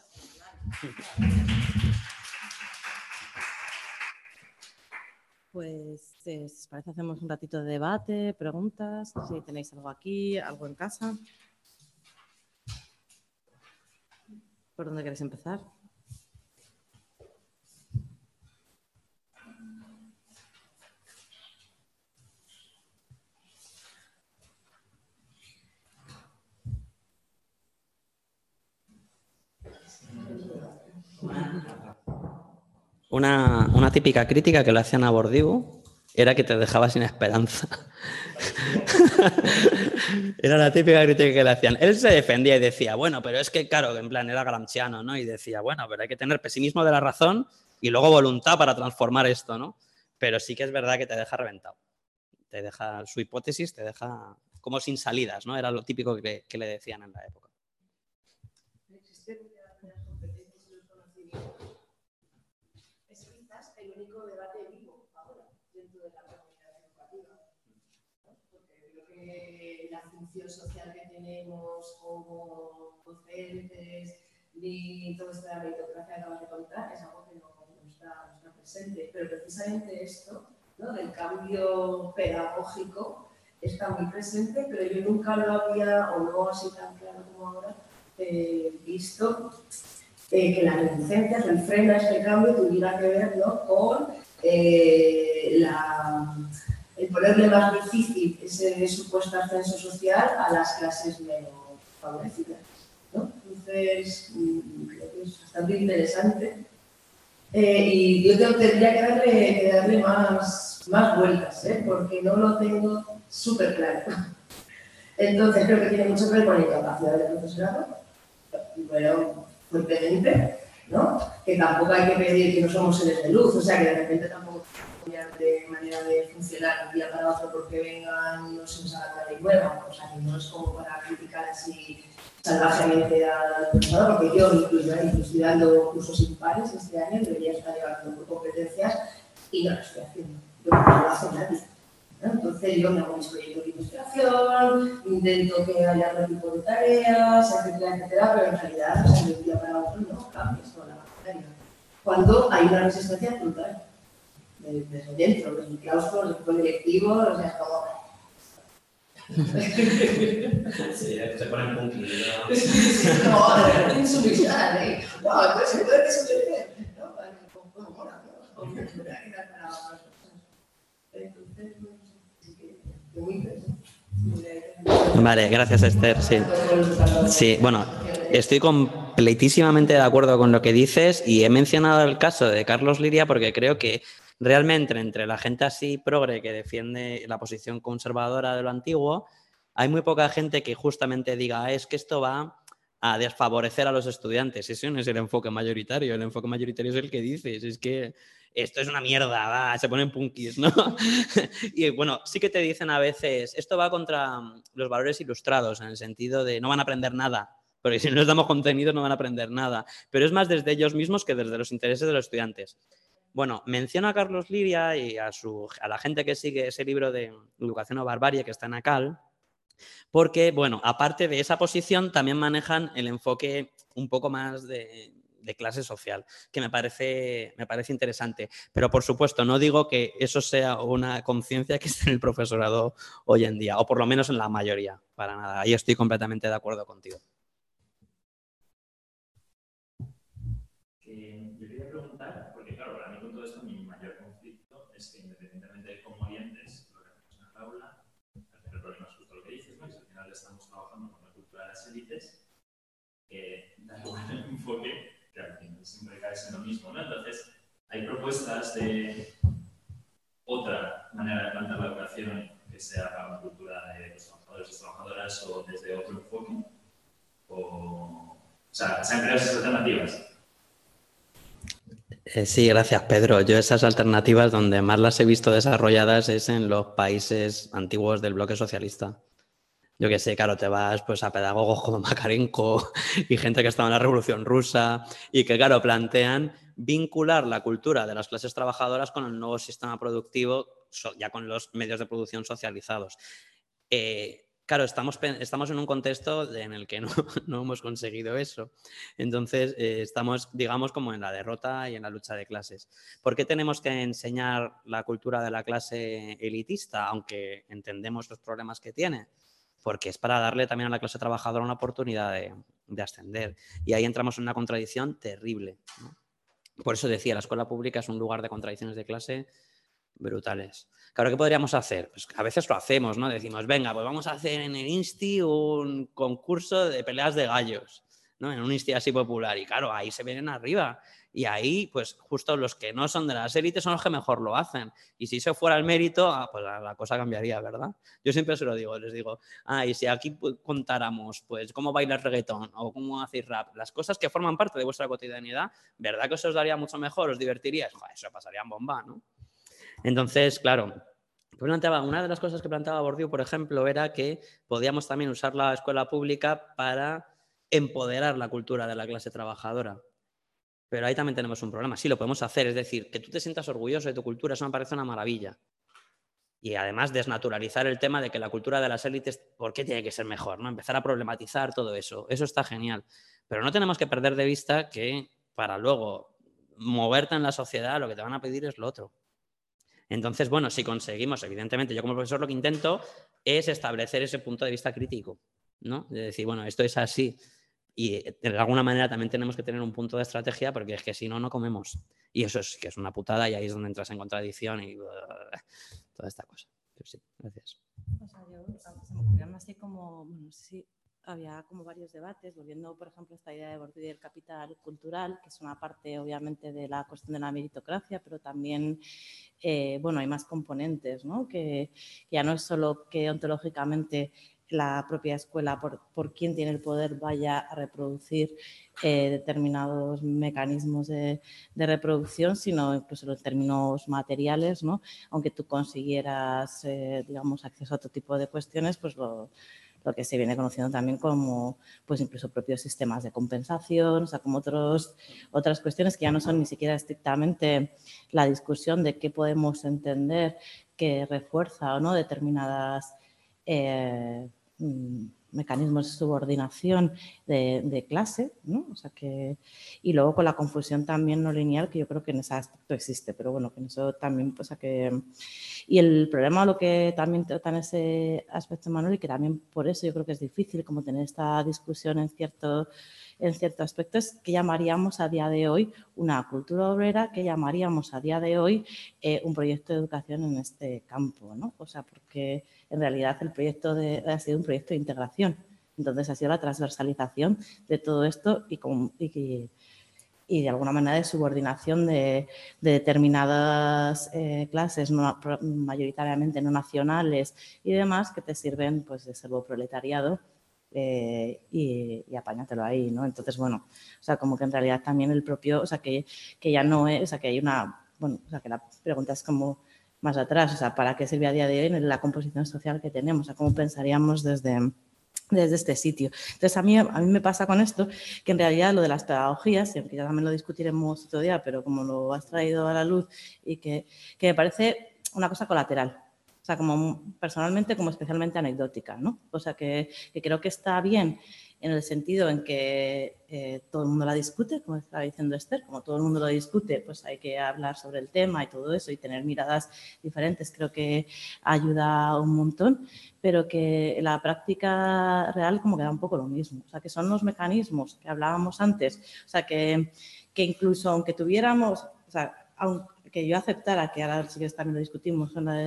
Pues, si os parece, hacemos un ratito de debate, preguntas, si tenéis algo aquí, algo en casa. ¿Por dónde queréis empezar? Una típica crítica que le hacían a Bourdieu era que te dejaba sin esperanza. Era la típica crítica que le hacían. Él se defendía y decía, bueno, pero es que, claro, en plan era gramsciano, ¿no? Y decía, bueno, pero hay que tener pesimismo de la razón y luego voluntad para transformar esto, ¿no? Pero sí que es verdad que te deja reventado. Te deja, su hipótesis te deja como sin salidas, ¿no? Era lo típico que le decían en la época. El único debate vivo ahora dentro de la comunidad educativa, ¿no? Porque creo que la función social que tenemos como docentes ni toda esta meritocracia que acabas de contar es algo que no está presente. Pero precisamente esto, ¿no? Del cambio pedagógico está muy presente, pero yo nunca lo había, o no así tan claro como ahora, visto que las reticencias, el freno a este cambio tuviera que ver, ¿no? Con el ponerle más difícil ese supuesto ascenso social a las clases menos favorecidas, ¿no? Entonces, creo que es bastante interesante. Y yo tendría que darle más vueltas, porque no lo tengo súper claro. Entonces, creo que tiene mucho que ver con la incapacidad del profesorado, pero fuertemente, ¿no? Que tampoco hay que pedir que no somos seres de luz, o sea, que de repente tampoco cambiar de manera de funcionar de un día para otro porque vengan, no se nos haga la ley nueva, o sea, que no es como para criticar así salvajemente al profesorado, porque yo incluso estoy dando cursos impares este año, debería estar llevando por competencias y no lo estoy haciendo, no lo hace nadie. Entonces yo me hago mis proyectos de investigación, intento que haya otro tipo de tareas, etcétera, pero en realidad, o sea, de un día para otro no cambias toda la materia. Cuando hay una resistencia brutal, desde dentro, desde el claustro, desde el equipo directivo, o sea, es como... Sí, se ponen punky. No, de repente insubmisar, ¿eh? No, entonces se puede desobedecer, ¿no? Como mola, ¿no? Como que para entonces, muy interesante. Vale, gracias, Esther. Sí, bueno, estoy completísimamente de acuerdo con lo que dices y he mencionado el caso de Carlos Liria porque creo que realmente entre la gente así progre que defiende la posición conservadora de lo antiguo hay muy poca gente que justamente diga, es que esto va a desfavorecer a los estudiantes. Ese no es el enfoque mayoritario. El enfoque mayoritario es el que dices, es que esto es una mierda, se ponen punkis, ¿no? Y bueno, sí que te dicen a veces, esto va contra los valores ilustrados, en el sentido de no van a aprender nada, porque si no les damos contenido no van a aprender nada. Pero es más desde ellos mismos que desde los intereses de los estudiantes. Bueno, menciono a Carlos Liria y a la gente que sigue ese libro de Educación o Barbarie que está en ACAL, porque, bueno, aparte de esa posición, también manejan el enfoque un poco más de clase social, que me parece interesante. Pero, por supuesto, no digo que eso sea una conciencia que esté en el profesorado hoy en día, o por lo menos en la mayoría, para nada. Ahí estoy completamente de acuerdo contigo. Yo quería preguntar, porque claro, para mí con todo esto mi mayor conflicto es que independientemente de cómo orientes lo que hacemos en el aula, el problema es justo lo que dices, ¿no? Y si al final estamos trabajando con la cultura de las élites, da igual el enfoque, que al final siempre caes en lo mismo, ¿no? Entonces, hay propuestas de otra manera de plantear la educación que sea para una cultura de los trabajadores y trabajadoras o desde otro enfoque, o sea, se han creado esas alternativas. Sí, gracias, Pedro. Yo esas alternativas donde más las he visto desarrolladas es en los países antiguos del bloque socialista. Yo que sé, claro, te vas pues, a pedagogos como Makarenko y gente que estaba en la Revolución Rusa y que, claro, plantean vincular la cultura de las clases trabajadoras con el nuevo sistema productivo, ya con los medios de producción socializados. Claro, estamos en un contexto en el que no hemos conseguido eso. Entonces, estamos, digamos, como en la derrota y en la lucha de clases. ¿Por qué tenemos que enseñar la cultura de la clase elitista, aunque entendemos los problemas que tiene? Porque es para darle también a la clase trabajadora una oportunidad de ascender. Y ahí entramos en una contradicción terrible, ¿no? Por eso decía, la escuela pública es un lugar de contradicciones de clase brutales. Claro, ¿qué podríamos hacer? Pues a veces lo hacemos, ¿no? Decimos, venga, pues vamos a hacer en el Insti un concurso de peleas de gallos, ¿no? En un Insti así popular. Y claro, ahí se vienen arriba. Y ahí, pues justo los que no son de las élites son los que mejor lo hacen. Y si eso fuera el mérito, pues la cosa cambiaría, ¿verdad? Yo siempre se lo digo, les digo, y si aquí contáramos, pues, cómo bailar reggaetón o cómo hacéis rap, las cosas que forman parte de vuestra cotidianidad, ¿verdad que eso os daría mucho mejor? ¿Os divertiríais? Joder, eso pasaría en bomba, ¿no? Entonces, claro, una de las cosas que planteaba Bourdieu, por ejemplo, era que podíamos también usar la escuela pública para empoderar la cultura de la clase trabajadora. Pero ahí también tenemos un problema. Sí, lo podemos hacer, es decir, que tú te sientas orgulloso de tu cultura, eso me parece una maravilla. Y además desnaturalizar el tema de que la cultura de las élites, ¿por qué tiene que ser mejor? ¿No? Empezar a problematizar todo eso. Eso está genial. Pero no tenemos que perder de vista que para luego moverte en la sociedad lo que te van a pedir es lo otro. Entonces, bueno, si conseguimos, evidentemente, yo como profesor lo que intento es establecer ese punto de vista crítico, ¿no? De decir, bueno, esto es así y de alguna manera también tenemos que tener un punto de estrategia porque es que si no, no comemos. Y eso es que es una putada y ahí es donde entras en contradicción y toda esta cosa. Pero sí, gracias. O sea, se me ocurrieron así como, bueno, sí, había como varios debates, volviendo, por ejemplo, a esta idea de Bourdieu del capital cultural, que es una parte, obviamente, de la cuestión de la meritocracia, pero también, bueno, hay más componentes, ¿no? Que ya no es solo que ontológicamente la propia escuela, por quién tiene el poder, vaya a reproducir determinados mecanismos de reproducción, sino incluso en términos materiales, ¿no? Aunque tú consiguieras, digamos, acceso a otro tipo de cuestiones, pues lo que se viene conociendo también como, pues incluso propios sistemas de compensación, o sea, como otras cuestiones que ya no son ni siquiera estrictamente la discusión de qué podemos entender que refuerza o no determinadas mecanismos de subordinación de clase, ¿no? O sea que, y luego con la confusión también no lineal, que yo creo que en ese aspecto existe, pero bueno, que en eso también, o sea que... Y el problema, lo que también trata en ese aspecto, Manuel, y que también por eso yo creo que es difícil como tener esta discusión en cierto aspecto, es que llamaríamos a día de hoy una cultura obrera, que llamaríamos a día de hoy un proyecto de educación en este campo, ¿no? O sea, porque en realidad el proyecto ha sido un proyecto de integración. Entonces ha sido la transversalización de todo esto y y de alguna manera de subordinación de determinadas clases mayoritariamente no nacionales y demás que te sirven pues de servoproletariado y apáñatelo ahí, ¿no? Entonces, bueno, o sea, como que en realidad también el propio, o sea, que ya no es, o sea, que hay una, bueno, o sea, que la pregunta es como más atrás, o sea, ¿para qué sirve a día de hoy en la composición social que tenemos? O sea, ¿cómo pensaríamos desde este sitio? Entonces, a mí me pasa con esto que en realidad lo de las pedagogías, y aunque ya también lo discutiremos otro día, pero como lo has traído a la luz y que me parece una cosa colateral. O sea, como personalmente, como especialmente anecdótica, ¿no? O sea, que creo que está bien en el sentido en que todo el mundo la discute, como estaba diciendo Esther, como todo el mundo lo discute, pues hay que hablar sobre el tema y todo eso y tener miradas diferentes, creo que ayuda un montón, pero que la práctica real como que da un poco lo mismo. O sea, que son los mecanismos que hablábamos antes, o sea, que incluso aunque tuviéramos, o sea, que yo aceptara, que ahora sí que también lo discutimos,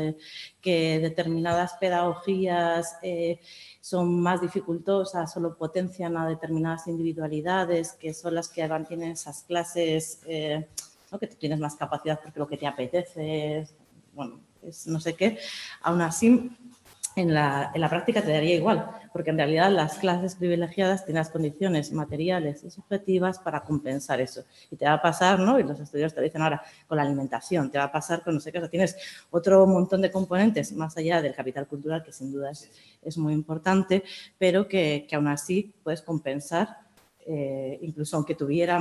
que determinadas pedagogías son más dificultosas o lo potencian a determinadas individualidades, que son las que mantienen esas clases, ¿no? Que tú tienes más capacidad porque lo que te apetece es, bueno, es no sé qué. Aún así, en la práctica te daría igual, porque en realidad las clases privilegiadas tienen las condiciones materiales y subjetivas para compensar eso. Y te va a pasar, ¿no? Y los estudios te dicen ahora con la alimentación, te va a pasar con no sé qué, o sea, tienes otro montón de componentes más allá del capital cultural, que sin duda es muy importante, pero que aún así puedes compensar, incluso aunque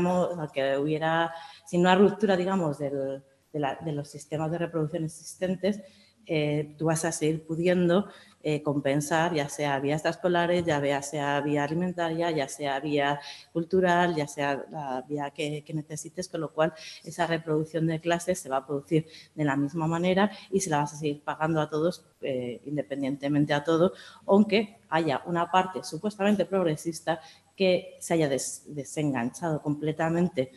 hubiera, sin una ruptura, digamos, de los sistemas de reproducción existentes, tú vas a seguir pudiendo compensar, ya sea vía extraescolares, ya sea vía alimentaria, ya sea vía cultural, ya sea la vía que necesites, con lo cual esa reproducción de clases se va a producir de la misma manera y se la vas a seguir pagando a todos, independientemente a todo, aunque haya una parte supuestamente progresista que se haya desenganchado completamente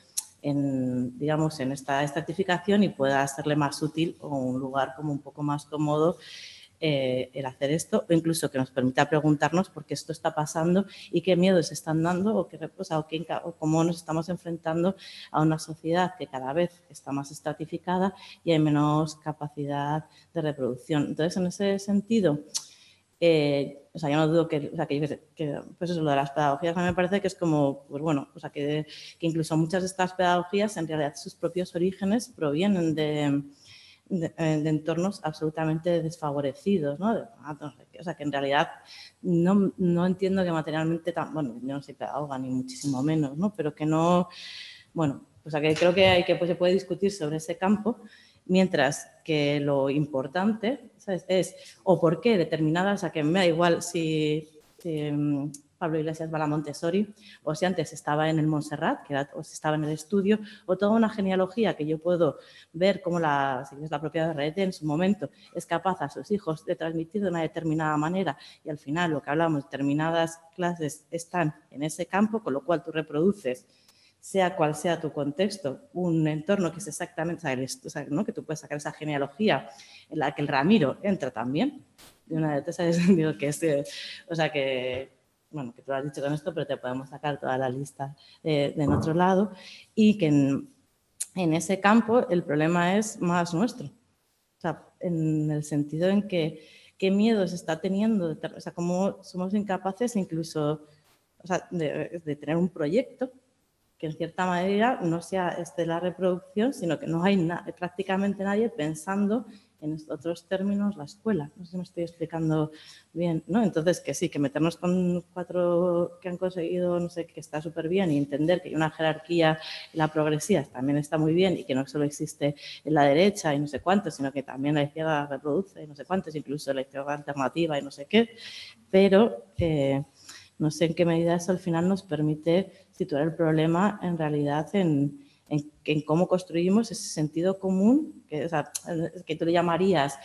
digamos, en esta estratificación y pueda serle más útil o un lugar como un poco más cómodo el hacer esto, o incluso que nos permita preguntarnos por qué esto está pasando y qué miedos se están dando o cómo nos estamos enfrentando a una sociedad que cada vez está más estratificada y hay menos capacidad de reproducción. Entonces, en ese sentido, o sea, yo no dudo que pues eso, lo de las pedagogías a mí me parece que es como, pues bueno, o sea, que incluso muchas de estas pedagogías en realidad sus propios orígenes provienen de entornos absolutamente desfavorecidos, ¿no? O sea, que en realidad no entiendo que materialmente, bueno, yo no soy pedagoga ni muchísimo menos, ¿no? Pero que no, bueno, o sea, que creo que pues, se puede discutir sobre ese campo, mientras que lo importante, ¿sabes?, es o por qué determinadas, o sea, que me da igual si Pablo Iglesias va a la Montessori o si antes estaba en el Montserrat, o si estaba en el estudio, o toda una genealogía que yo puedo ver cómo la propia red en su momento es capaz a sus hijos de transmitir de una determinada manera y al final lo que hablamos, determinadas clases están en ese campo, con lo cual tú reproduces, sea cual sea tu contexto, un entorno que es exactamente, o sea, ¿no?, que tú puedes sacar esa genealogía en la que el Ramiro entra también, de una de esas, digo que es, o sea, que, bueno, que tú lo has dicho con esto, pero te podemos sacar toda la lista de otro lado y que en ese campo el problema es más nuestro, o sea, en el sentido en que qué miedo se está teniendo, o sea, cómo somos incapaces incluso, o sea, de tener un proyecto que en cierta manera no sea la reproducción, sino que no hay prácticamente nadie pensando en otros términos la escuela. No sé si me estoy explicando bien, ¿no? Entonces, que sí, que meternos con 4 que han conseguido, no sé, que está súper bien y entender que hay una jerarquía, la progresía también está muy bien y que no solo existe en la derecha y no sé cuántos, sino que también la izquierda reproduce y no sé cuántos, incluso la izquierda alternativa y no sé qué, pero no sé en qué medida eso al final nos permite situar el problema en realidad en cómo construimos ese sentido común, que tú le llamarías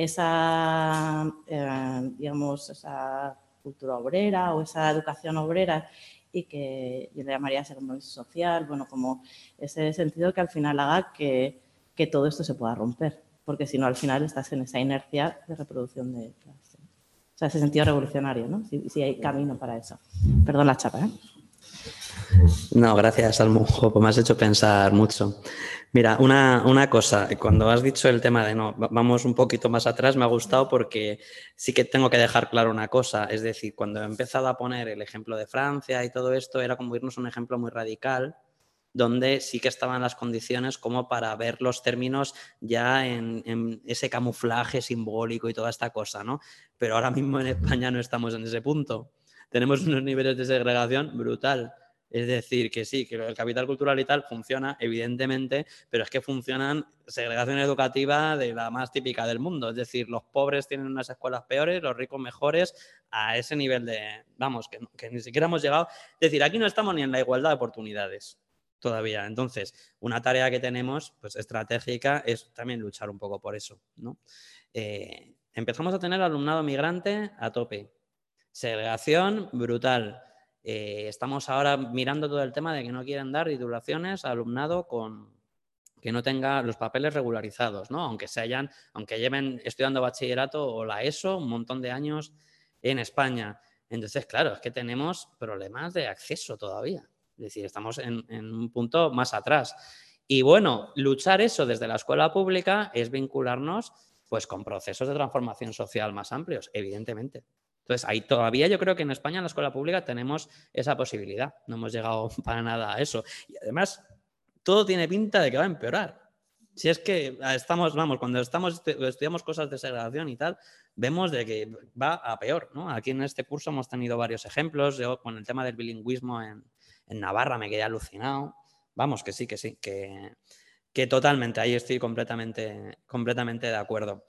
esa, digamos, esa cultura obrera o esa educación obrera y que yo le llamaría ese compromiso social, bueno, como ese sentido que al final haga que todo esto se pueda romper, porque si no al final estás en esa inercia de reproducción de clases. O sea, ese sentido revolucionario, ¿no? Si hay camino para eso. Perdón la chapa, ¿eh? No, gracias, Almu. Pues me has hecho pensar mucho. Mira, una cosa, cuando has dicho el tema de no, vamos un poquito más atrás, me ha gustado porque sí que tengo que dejar claro una cosa. Es decir, cuando he empezado a poner el ejemplo de Francia y todo esto, era como irnos a un ejemplo muy radical, donde sí que estaban las condiciones como para ver los términos ya en ese camuflaje simbólico y toda esta cosa, ¿no? Pero ahora mismo en España no estamos en ese punto. Tenemos unos niveles de segregación brutal. Es decir, que sí, que el capital cultural y tal funciona, evidentemente, pero es que funcionan segregación educativa de la más típica del mundo. Es decir, los pobres tienen unas escuelas peores, los ricos mejores, a ese nivel de, vamos, que ni siquiera hemos llegado. Es decir, aquí no estamos ni en la igualdad de oportunidades todavía. Entonces, una tarea que tenemos, pues estratégica, es también luchar un poco por eso, ¿no? Empezamos a tener alumnado migrante a tope. Segregación brutal. Estamos ahora mirando todo el tema de que no quieren dar titulaciones a alumnado que no tenga los papeles regularizados, ¿no? Aunque lleven estudiando bachillerato o la ESO un montón de años en España. Entonces, claro, es que tenemos problemas de acceso todavía. Es decir, estamos en un punto más atrás. Y bueno, luchar eso desde la escuela pública es vincularnos pues con procesos de transformación social más amplios, evidentemente. Entonces, ahí todavía yo creo que en España en la escuela pública tenemos esa posibilidad. No hemos llegado para nada a eso. Y además, todo tiene pinta de que va a empeorar. Si es que estamos, vamos, cuando estudiamos cosas de segregación y tal, vemos de que va a peor, ¿no? Aquí en este curso hemos tenido varios ejemplos. Yo con el tema del bilingüismo en Navarra me quedé alucinado. Vamos, que sí, que totalmente, ahí estoy completamente de acuerdo.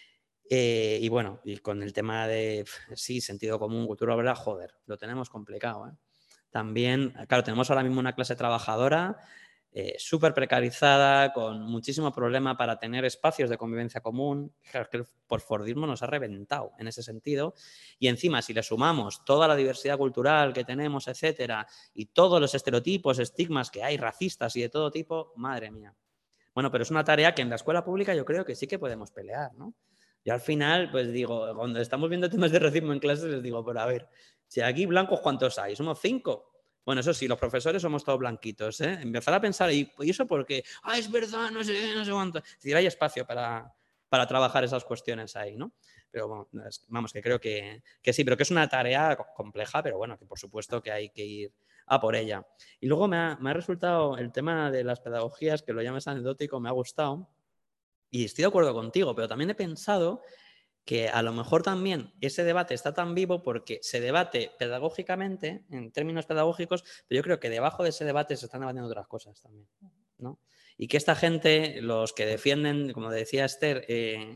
Y bueno, y con el tema de, sí, sentido común, cultura obrera, joder, lo tenemos complicado, ¿eh? También, claro, tenemos ahora mismo una clase trabajadora súper precarizada, con muchísimo problema para tener espacios de convivencia común. Claro, es que el porfordismo nos ha reventado en ese sentido. Y encima, si le sumamos toda la diversidad cultural que tenemos, etcétera, y todos los estereotipos, estigmas que hay, racistas y de todo tipo, madre mía. Bueno, pero es una tarea que en la escuela pública yo creo que sí que podemos pelear, ¿no? Yo al final, pues digo, cuando estamos viendo temas de racismo en clases, les digo, pero a ver, si aquí blancos, ¿cuántos hay? Somos 5. Bueno, eso sí, los profesores somos todos blanquitos, ¿eh? Empezar a pensar, ¿y eso por qué? Ah, es verdad, no sé cuánto. Es decir, hay espacio para trabajar esas cuestiones ahí, ¿no? Pero bueno, vamos, que creo que sí, pero que es una tarea compleja, pero bueno, que por supuesto que hay que ir a por ella. Y luego me ha resultado el tema de las pedagogías, que lo llamas anecdótico, me ha gustado. Y estoy de acuerdo contigo, pero también he pensado que a lo mejor también ese debate está tan vivo porque se debate pedagógicamente, en términos pedagógicos, pero yo creo que debajo de ese debate se están debatiendo otras cosas también, ¿no? Y que esta gente, los que defienden, como decía Esther,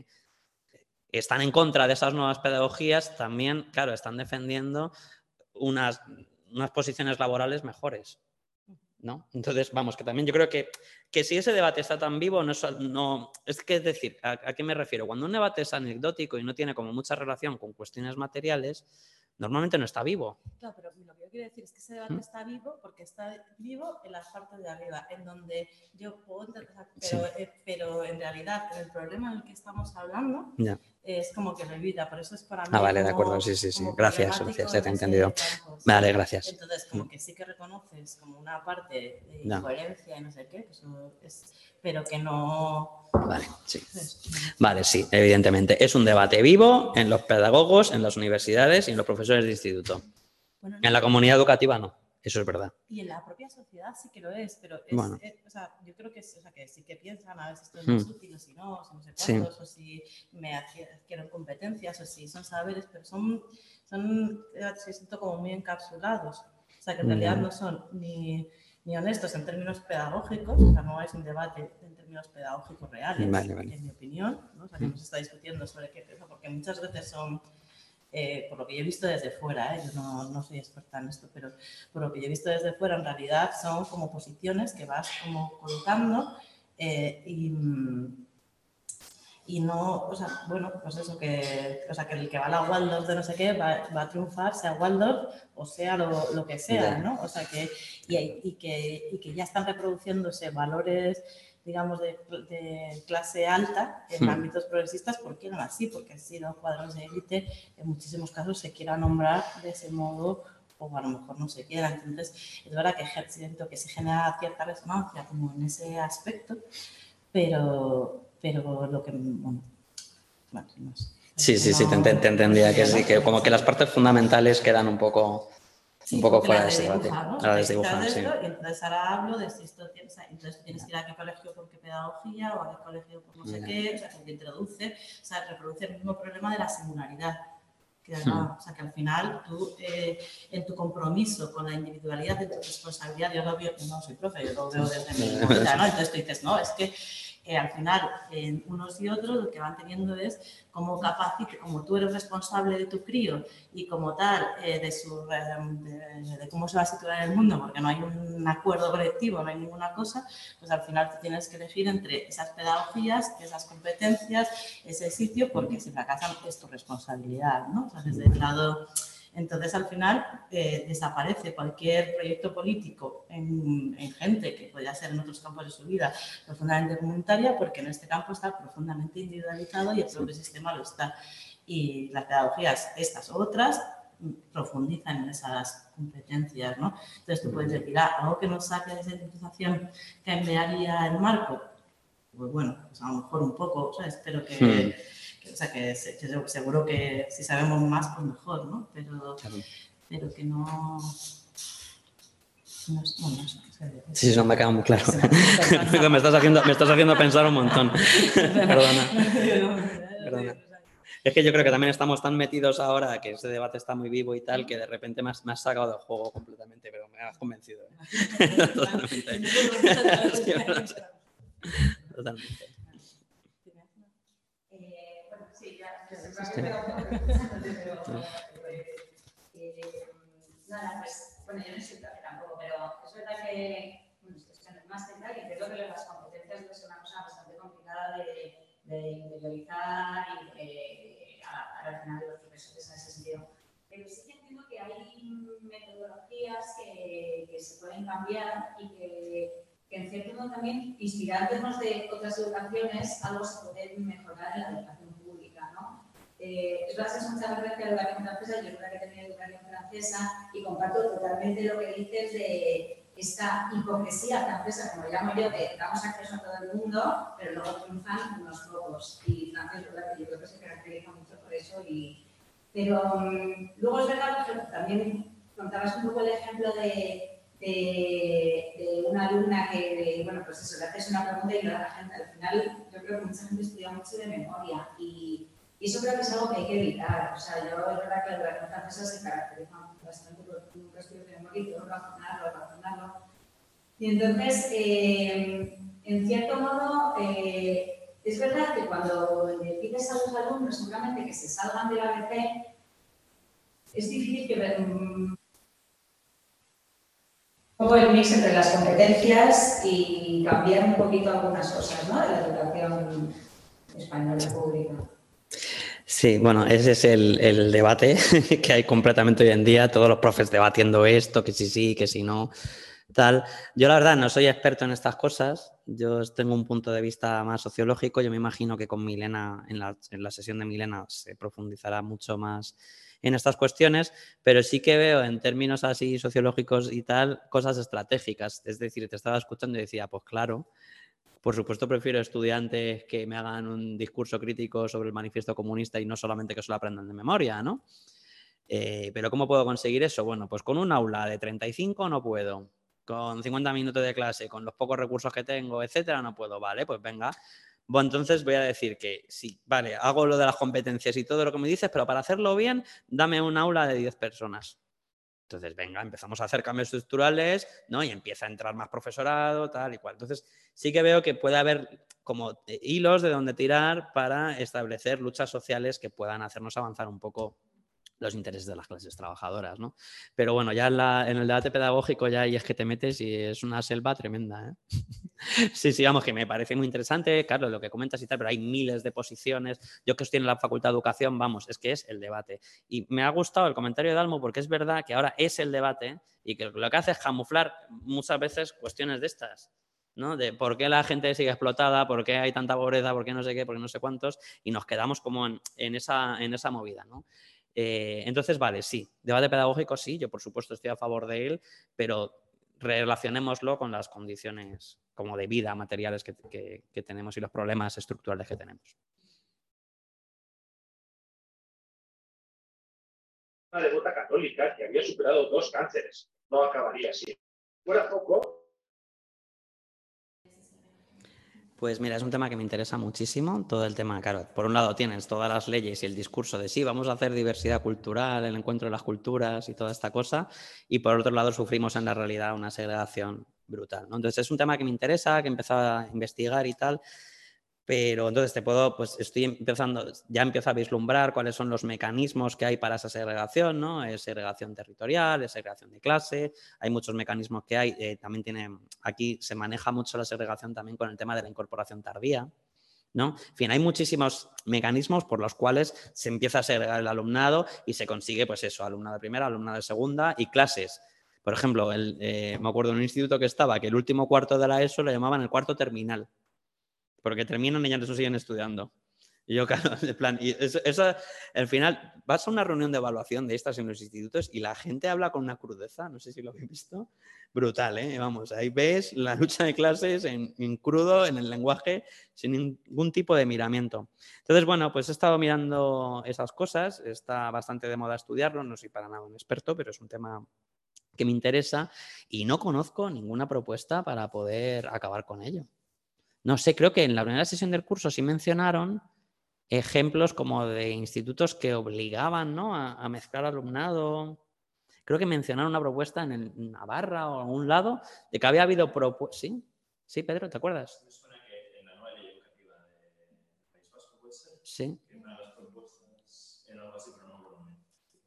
están en contra de esas nuevas pedagogías, también, claro, están defendiendo unas posiciones laborales mejores, ¿no? Entonces, vamos, que también yo creo que si ese debate está tan vivo, es que es decir, ¿a qué me refiero? Cuando un debate es anecdótico y no tiene como mucha relación con cuestiones materiales, normalmente no está vivo. Claro, pero lo que yo quiero decir es que ese debate está vivo porque está vivo en las partes de arriba, en donde yo puedo entender, pero en realidad el problema del que estamos hablando es como que lo evita, por eso es para mí. Vale, de acuerdo, sí. Gracias, te he entendido. Campo, ¿sí? Vale, gracias. Entonces, como que sí que reconoces como una parte de incoherencia y no sé qué, pues pero que no. Vale, sí. Vale, sí, evidentemente. Es un debate vivo en los pedagogos, en las universidades y en los profesores de instituto. Bueno, en la comunidad educativa no, eso es verdad. Y en la propia sociedad sí que lo es, pero o sea, yo creo que sí que piensan a ver si esto es más útil o si no sé cuántos, o si me adquieren competencias o si son saberes, pero se siento como muy encapsulados. O sea, que en realidad no son ni honestos en términos pedagógicos, o sea, no es un debate en términos pedagógicos reales, en mi opinión, ¿no? O sea, que no se está discutiendo sobre qué, porque muchas veces son, por lo que yo he visto desde fuera, yo no soy experta en esto, pero por lo que yo he visto desde fuera, en realidad son como posiciones que vas como colocando y no, o sea, bueno, pues eso, que el que va a la Waldorf de no sé qué va a triunfar, sea Waldorf o sea lo que sea, ¿no? O sea, que ya están reproduciéndose valores, digamos, de clase alta en ámbitos progresistas porque eran así, porque han sido cuadros de élite, en muchísimos casos se quiera nombrar de ese modo o a lo mejor no se queda. Entonces, es verdad que siento que se genera cierta resonancia como en ese aspecto, pero lo que, bueno, no sé. Sí, te entendía que sí, que como que las partes fundamentales quedan un poco fuera de ese debate. Ahora desdibujan, sí. Y entonces ahora hablo de si esto tienes, entonces tienes que ir a qué colegio por qué pedagogía o a qué colegio por no sé qué, o sea, que introduce, o sea, reproduce el mismo problema de la singularidad. O sea, que al final tú, en tu compromiso con la individualidad de tu responsabilidad, yo lo veo, no soy profe, yo lo veo desde mi movida, ¿no? Entonces tú dices, no, es que al final unos y otros lo que van teniendo es como como tú eres responsable de tu crío y como tal de cómo se va a situar en el mundo, porque no hay un acuerdo colectivo, no hay ninguna cosa, pues al final tú tienes que elegir entre esas pedagogías, esas competencias, ese sitio, porque si fracasan es tu responsabilidad, ¿no? O sea, desde el lado... Entonces, al final, desaparece cualquier proyecto político en gente que podría ser en otros campos de su vida profundamente comunitaria, porque en este campo está profundamente individualizado y el propio sistema lo está. Y las pedagogías, estas u otras, profundizan en esas competencias, ¿no? Entonces, tú puedes decir, algo que nos saque de esa identificación que enviaría el marco, pues bueno, pues a lo mejor un poco, ¿sabes? Pero o sea, que seguro que si sabemos más, pues mejor, ¿no? Pero que no... Bueno, Sí, no me ha quedado muy claro. Me estás haciendo pensar un montón. Perdona. Es que yo creo que también estamos tan metidos ahora, que ese debate está muy vivo y tal, que de repente me has sacado del juego completamente, pero me has convencido. Totalmente. Totalmente. Bueno, sí, ya se me ha quedado nada, pues, bueno, yo no soy profe tampoco, pero es verdad que, bueno, esto es en el máster y creo que las competencias es una cosa bastante complicada de individualizar y adaptar al final de los profesores en ese sentido. Pero sí que entiendo que hay metodologías que se pueden cambiar y que en cierto modo también, inspirándonos de otras educaciones, algo se puede mejorar en la educación pública, ¿no? Es verdad que es mucha referencia a la educación francesa, yo es verdad que he tenido educación francesa y comparto totalmente lo que dices de esta hipocresía francesa, como llamo yo, de damos acceso a todo el mundo, pero luego triunfan unos pocos. Y Francia es verdad que yo creo que se caracteriza mucho por eso. Pero luego es verdad que también contabas un poco el ejemplo de una alumna que, bueno, pues eso, le haces una pregunta y la gente, al final, yo creo que mucha gente estudia mucho de memoria y eso creo que es algo que hay que evitar. O sea, yo es verdad que la educación francesa se caracteriza bastante por un estudio de memoria y todo razonarlo. Y entonces, en cierto modo, es verdad que cuando le pides a los alumnos seguramente que se salgan del ABC, es difícil que un poco el mix entre las competencias y cambiar un poquito algunas cosas, ¿no?, de la educación española pública. Sí, bueno, ese es el debate que hay completamente hoy en día, todos los profes debatiendo esto, que sí, que si no, tal. Yo la verdad no soy experto en estas cosas, yo tengo un punto de vista más sociológico, yo me imagino que con Milena, en la sesión de Milena se profundizará mucho más en estas cuestiones, pero sí que veo en términos así sociológicos y tal, cosas estratégicas, es decir, te estaba escuchando y decía, pues claro, por supuesto prefiero estudiantes que me hagan un discurso crítico sobre el manifiesto comunista y no solamente que se lo aprendan de memoria, ¿no? Pero ¿cómo puedo conseguir eso? Bueno, pues con un aula de 35 no puedo, con 50 minutos de clase, con los pocos recursos que tengo, etcétera, no puedo. Vale, pues venga. Bueno, entonces voy a decir que sí, vale, hago lo de las competencias y todo lo que me dices, pero para hacerlo bien, dame un aula de 10 personas. Entonces, venga, empezamos a hacer cambios estructurales, ¿no? Y empieza a entrar más profesorado, tal y cual. Entonces, sí que veo que puede haber como hilos de donde tirar para establecer luchas sociales que puedan hacernos avanzar un poco los intereses de las clases trabajadoras, ¿no? Pero bueno, ya en el debate pedagógico ya ahí es que te metes y es una selva tremenda, ¿eh? Sí, vamos, que me parece muy interesante, claro, lo que comentas y tal, pero hay miles de posiciones. Yo que estoy en la Facultad de Educación, vamos, es que es el debate. Y me ha gustado el comentario de Dalmo porque es verdad que ahora es el debate y que lo que hace es camuflar muchas veces cuestiones de estas, ¿no? De por qué la gente sigue explotada, por qué hay tanta pobreza, por qué no sé qué, por qué no sé cuántos, y nos quedamos como en esa movida, ¿no? Entonces, vale, sí, debate pedagógico sí, yo por supuesto estoy a favor de él, pero relacionémoslo con las condiciones como de vida materiales que tenemos y los problemas estructurales que tenemos. Una devota católica que había superado 2 cánceres. No acabaría así. Fuera poco. Pues mira, es un tema que me interesa muchísimo, todo el tema, claro, por un lado tienes todas las leyes y el discurso de sí, vamos a hacer diversidad cultural, el encuentro de las culturas y toda esta cosa, y por otro lado sufrimos en la realidad una segregación brutal, ¿no? Entonces es un tema que me interesa, que he empezado a investigar y tal, pero entonces pues ya empiezo a vislumbrar cuáles son los mecanismos que hay para esa segregación, ¿no? Es segregación territorial, es segregación de clase, hay muchos mecanismos que hay, aquí se maneja mucho la segregación también con el tema de la incorporación tardía, ¿no? En fin, hay muchísimos mecanismos por los cuales se empieza a segregar el alumnado y se consigue, pues eso, alumnado de primera, alumnado de segunda y clases. Por ejemplo, me acuerdo en un instituto que estaba, que el último cuarto de la ESO le llamaban el cuarto terminal, porque terminan y ya no siguen estudiando. Y yo, claro, en plan, y eso, al final, vas a una reunión de evaluación de estas en los institutos y la gente habla con una crudeza, no sé si lo habéis visto, brutal, ¿eh? Vamos, ahí ves la lucha de clases en crudo, en el lenguaje, sin ningún tipo de miramiento. Entonces, bueno, pues he estado mirando esas cosas, está bastante de moda estudiarlo, no soy para nada un experto, pero es un tema que me interesa y no conozco ninguna propuesta para poder acabar con ello. No sé, creo que en la primera sesión del curso sí mencionaron ejemplos como de institutos que obligaban, ¿no?, a mezclar alumnado. Creo que mencionaron una propuesta en Navarra o en algún lado de que había habido propuestas. ¿Sí? Sí, Pedro, ¿te acuerdas? Me suena que en la nueva ley educativa del País Vasco puede ser. Sí. Que una de las propuestas era algo así, pero no me acuerdo bien.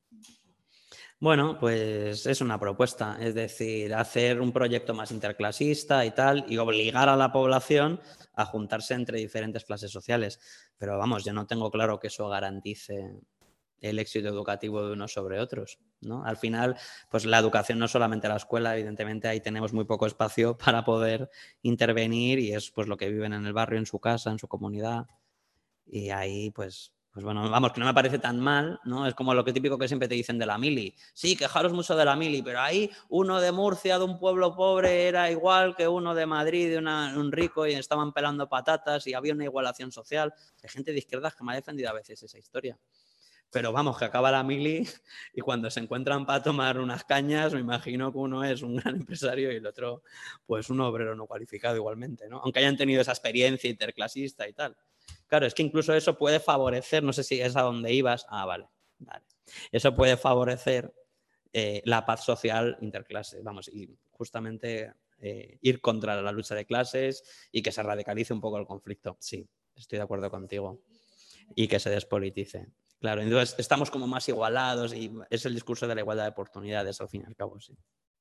Bueno, pues es una propuesta, es decir, hacer un proyecto más interclasista y tal, y obligar a la población a juntarse entre diferentes clases sociales. Pero vamos, yo no tengo claro que eso garantice el éxito educativo de unos sobre otros, ¿no? Al final, pues la educación no es solamente la escuela, evidentemente ahí tenemos muy poco espacio para poder intervenir y es pues lo que viven en el barrio, en su casa, en su comunidad, y ahí pues bueno, vamos, que no me parece tan mal, ¿no? Es como lo que típico que siempre te dicen de la mili. Sí, quejaros mucho de la mili, pero ahí uno de Murcia, de un pueblo pobre, era igual que uno de Madrid, de un rico, y estaban pelando patatas y había una igualación social. Hay gente de izquierdas que me ha defendido a veces esa historia. Pero vamos, que acaba la mili y cuando se encuentran para tomar unas cañas, me imagino que uno es un gran empresario y el otro, pues un obrero no cualificado igualmente, ¿no? Aunque hayan tenido esa experiencia interclasista y tal. Claro, es que incluso eso puede favorecer, no sé si es a donde ibas. Ah, vale. Eso puede favorecer la paz social interclase, vamos, y justamente ir contra la lucha de clases y que se radicalice un poco el conflicto. Sí, estoy de acuerdo contigo. Y que se despolitice. Claro, entonces estamos como más igualados y es el discurso de la igualdad de oportunidades, al fin y al cabo, sí.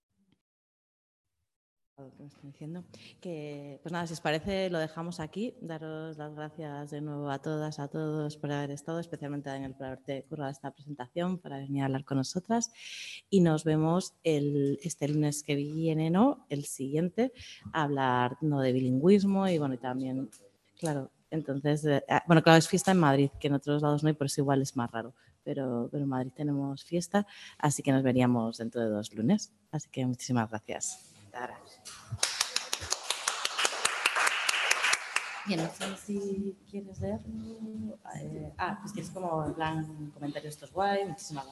Que me están diciendo. Que, pues nada, si os parece, lo dejamos aquí. Daros las gracias de nuevo a todas, a todos por haber estado, especialmente a Daniel por haberte currado esta presentación, para venir a hablar con nosotras. Y nos vemos este lunes que viene, ¿no? El siguiente, a hablar no de bilingüismo y bueno, y también, claro, entonces, bueno, claro, es fiesta en Madrid, que en otros lados no hay, por eso igual es más raro. Pero en Madrid tenemos fiesta, así que nos veríamos dentro de 2 lunes. Así que muchísimas gracias. Bien, no sé si quieres leerlo. Pues que es como en plan comentarios estos guay, muchísimas gracias.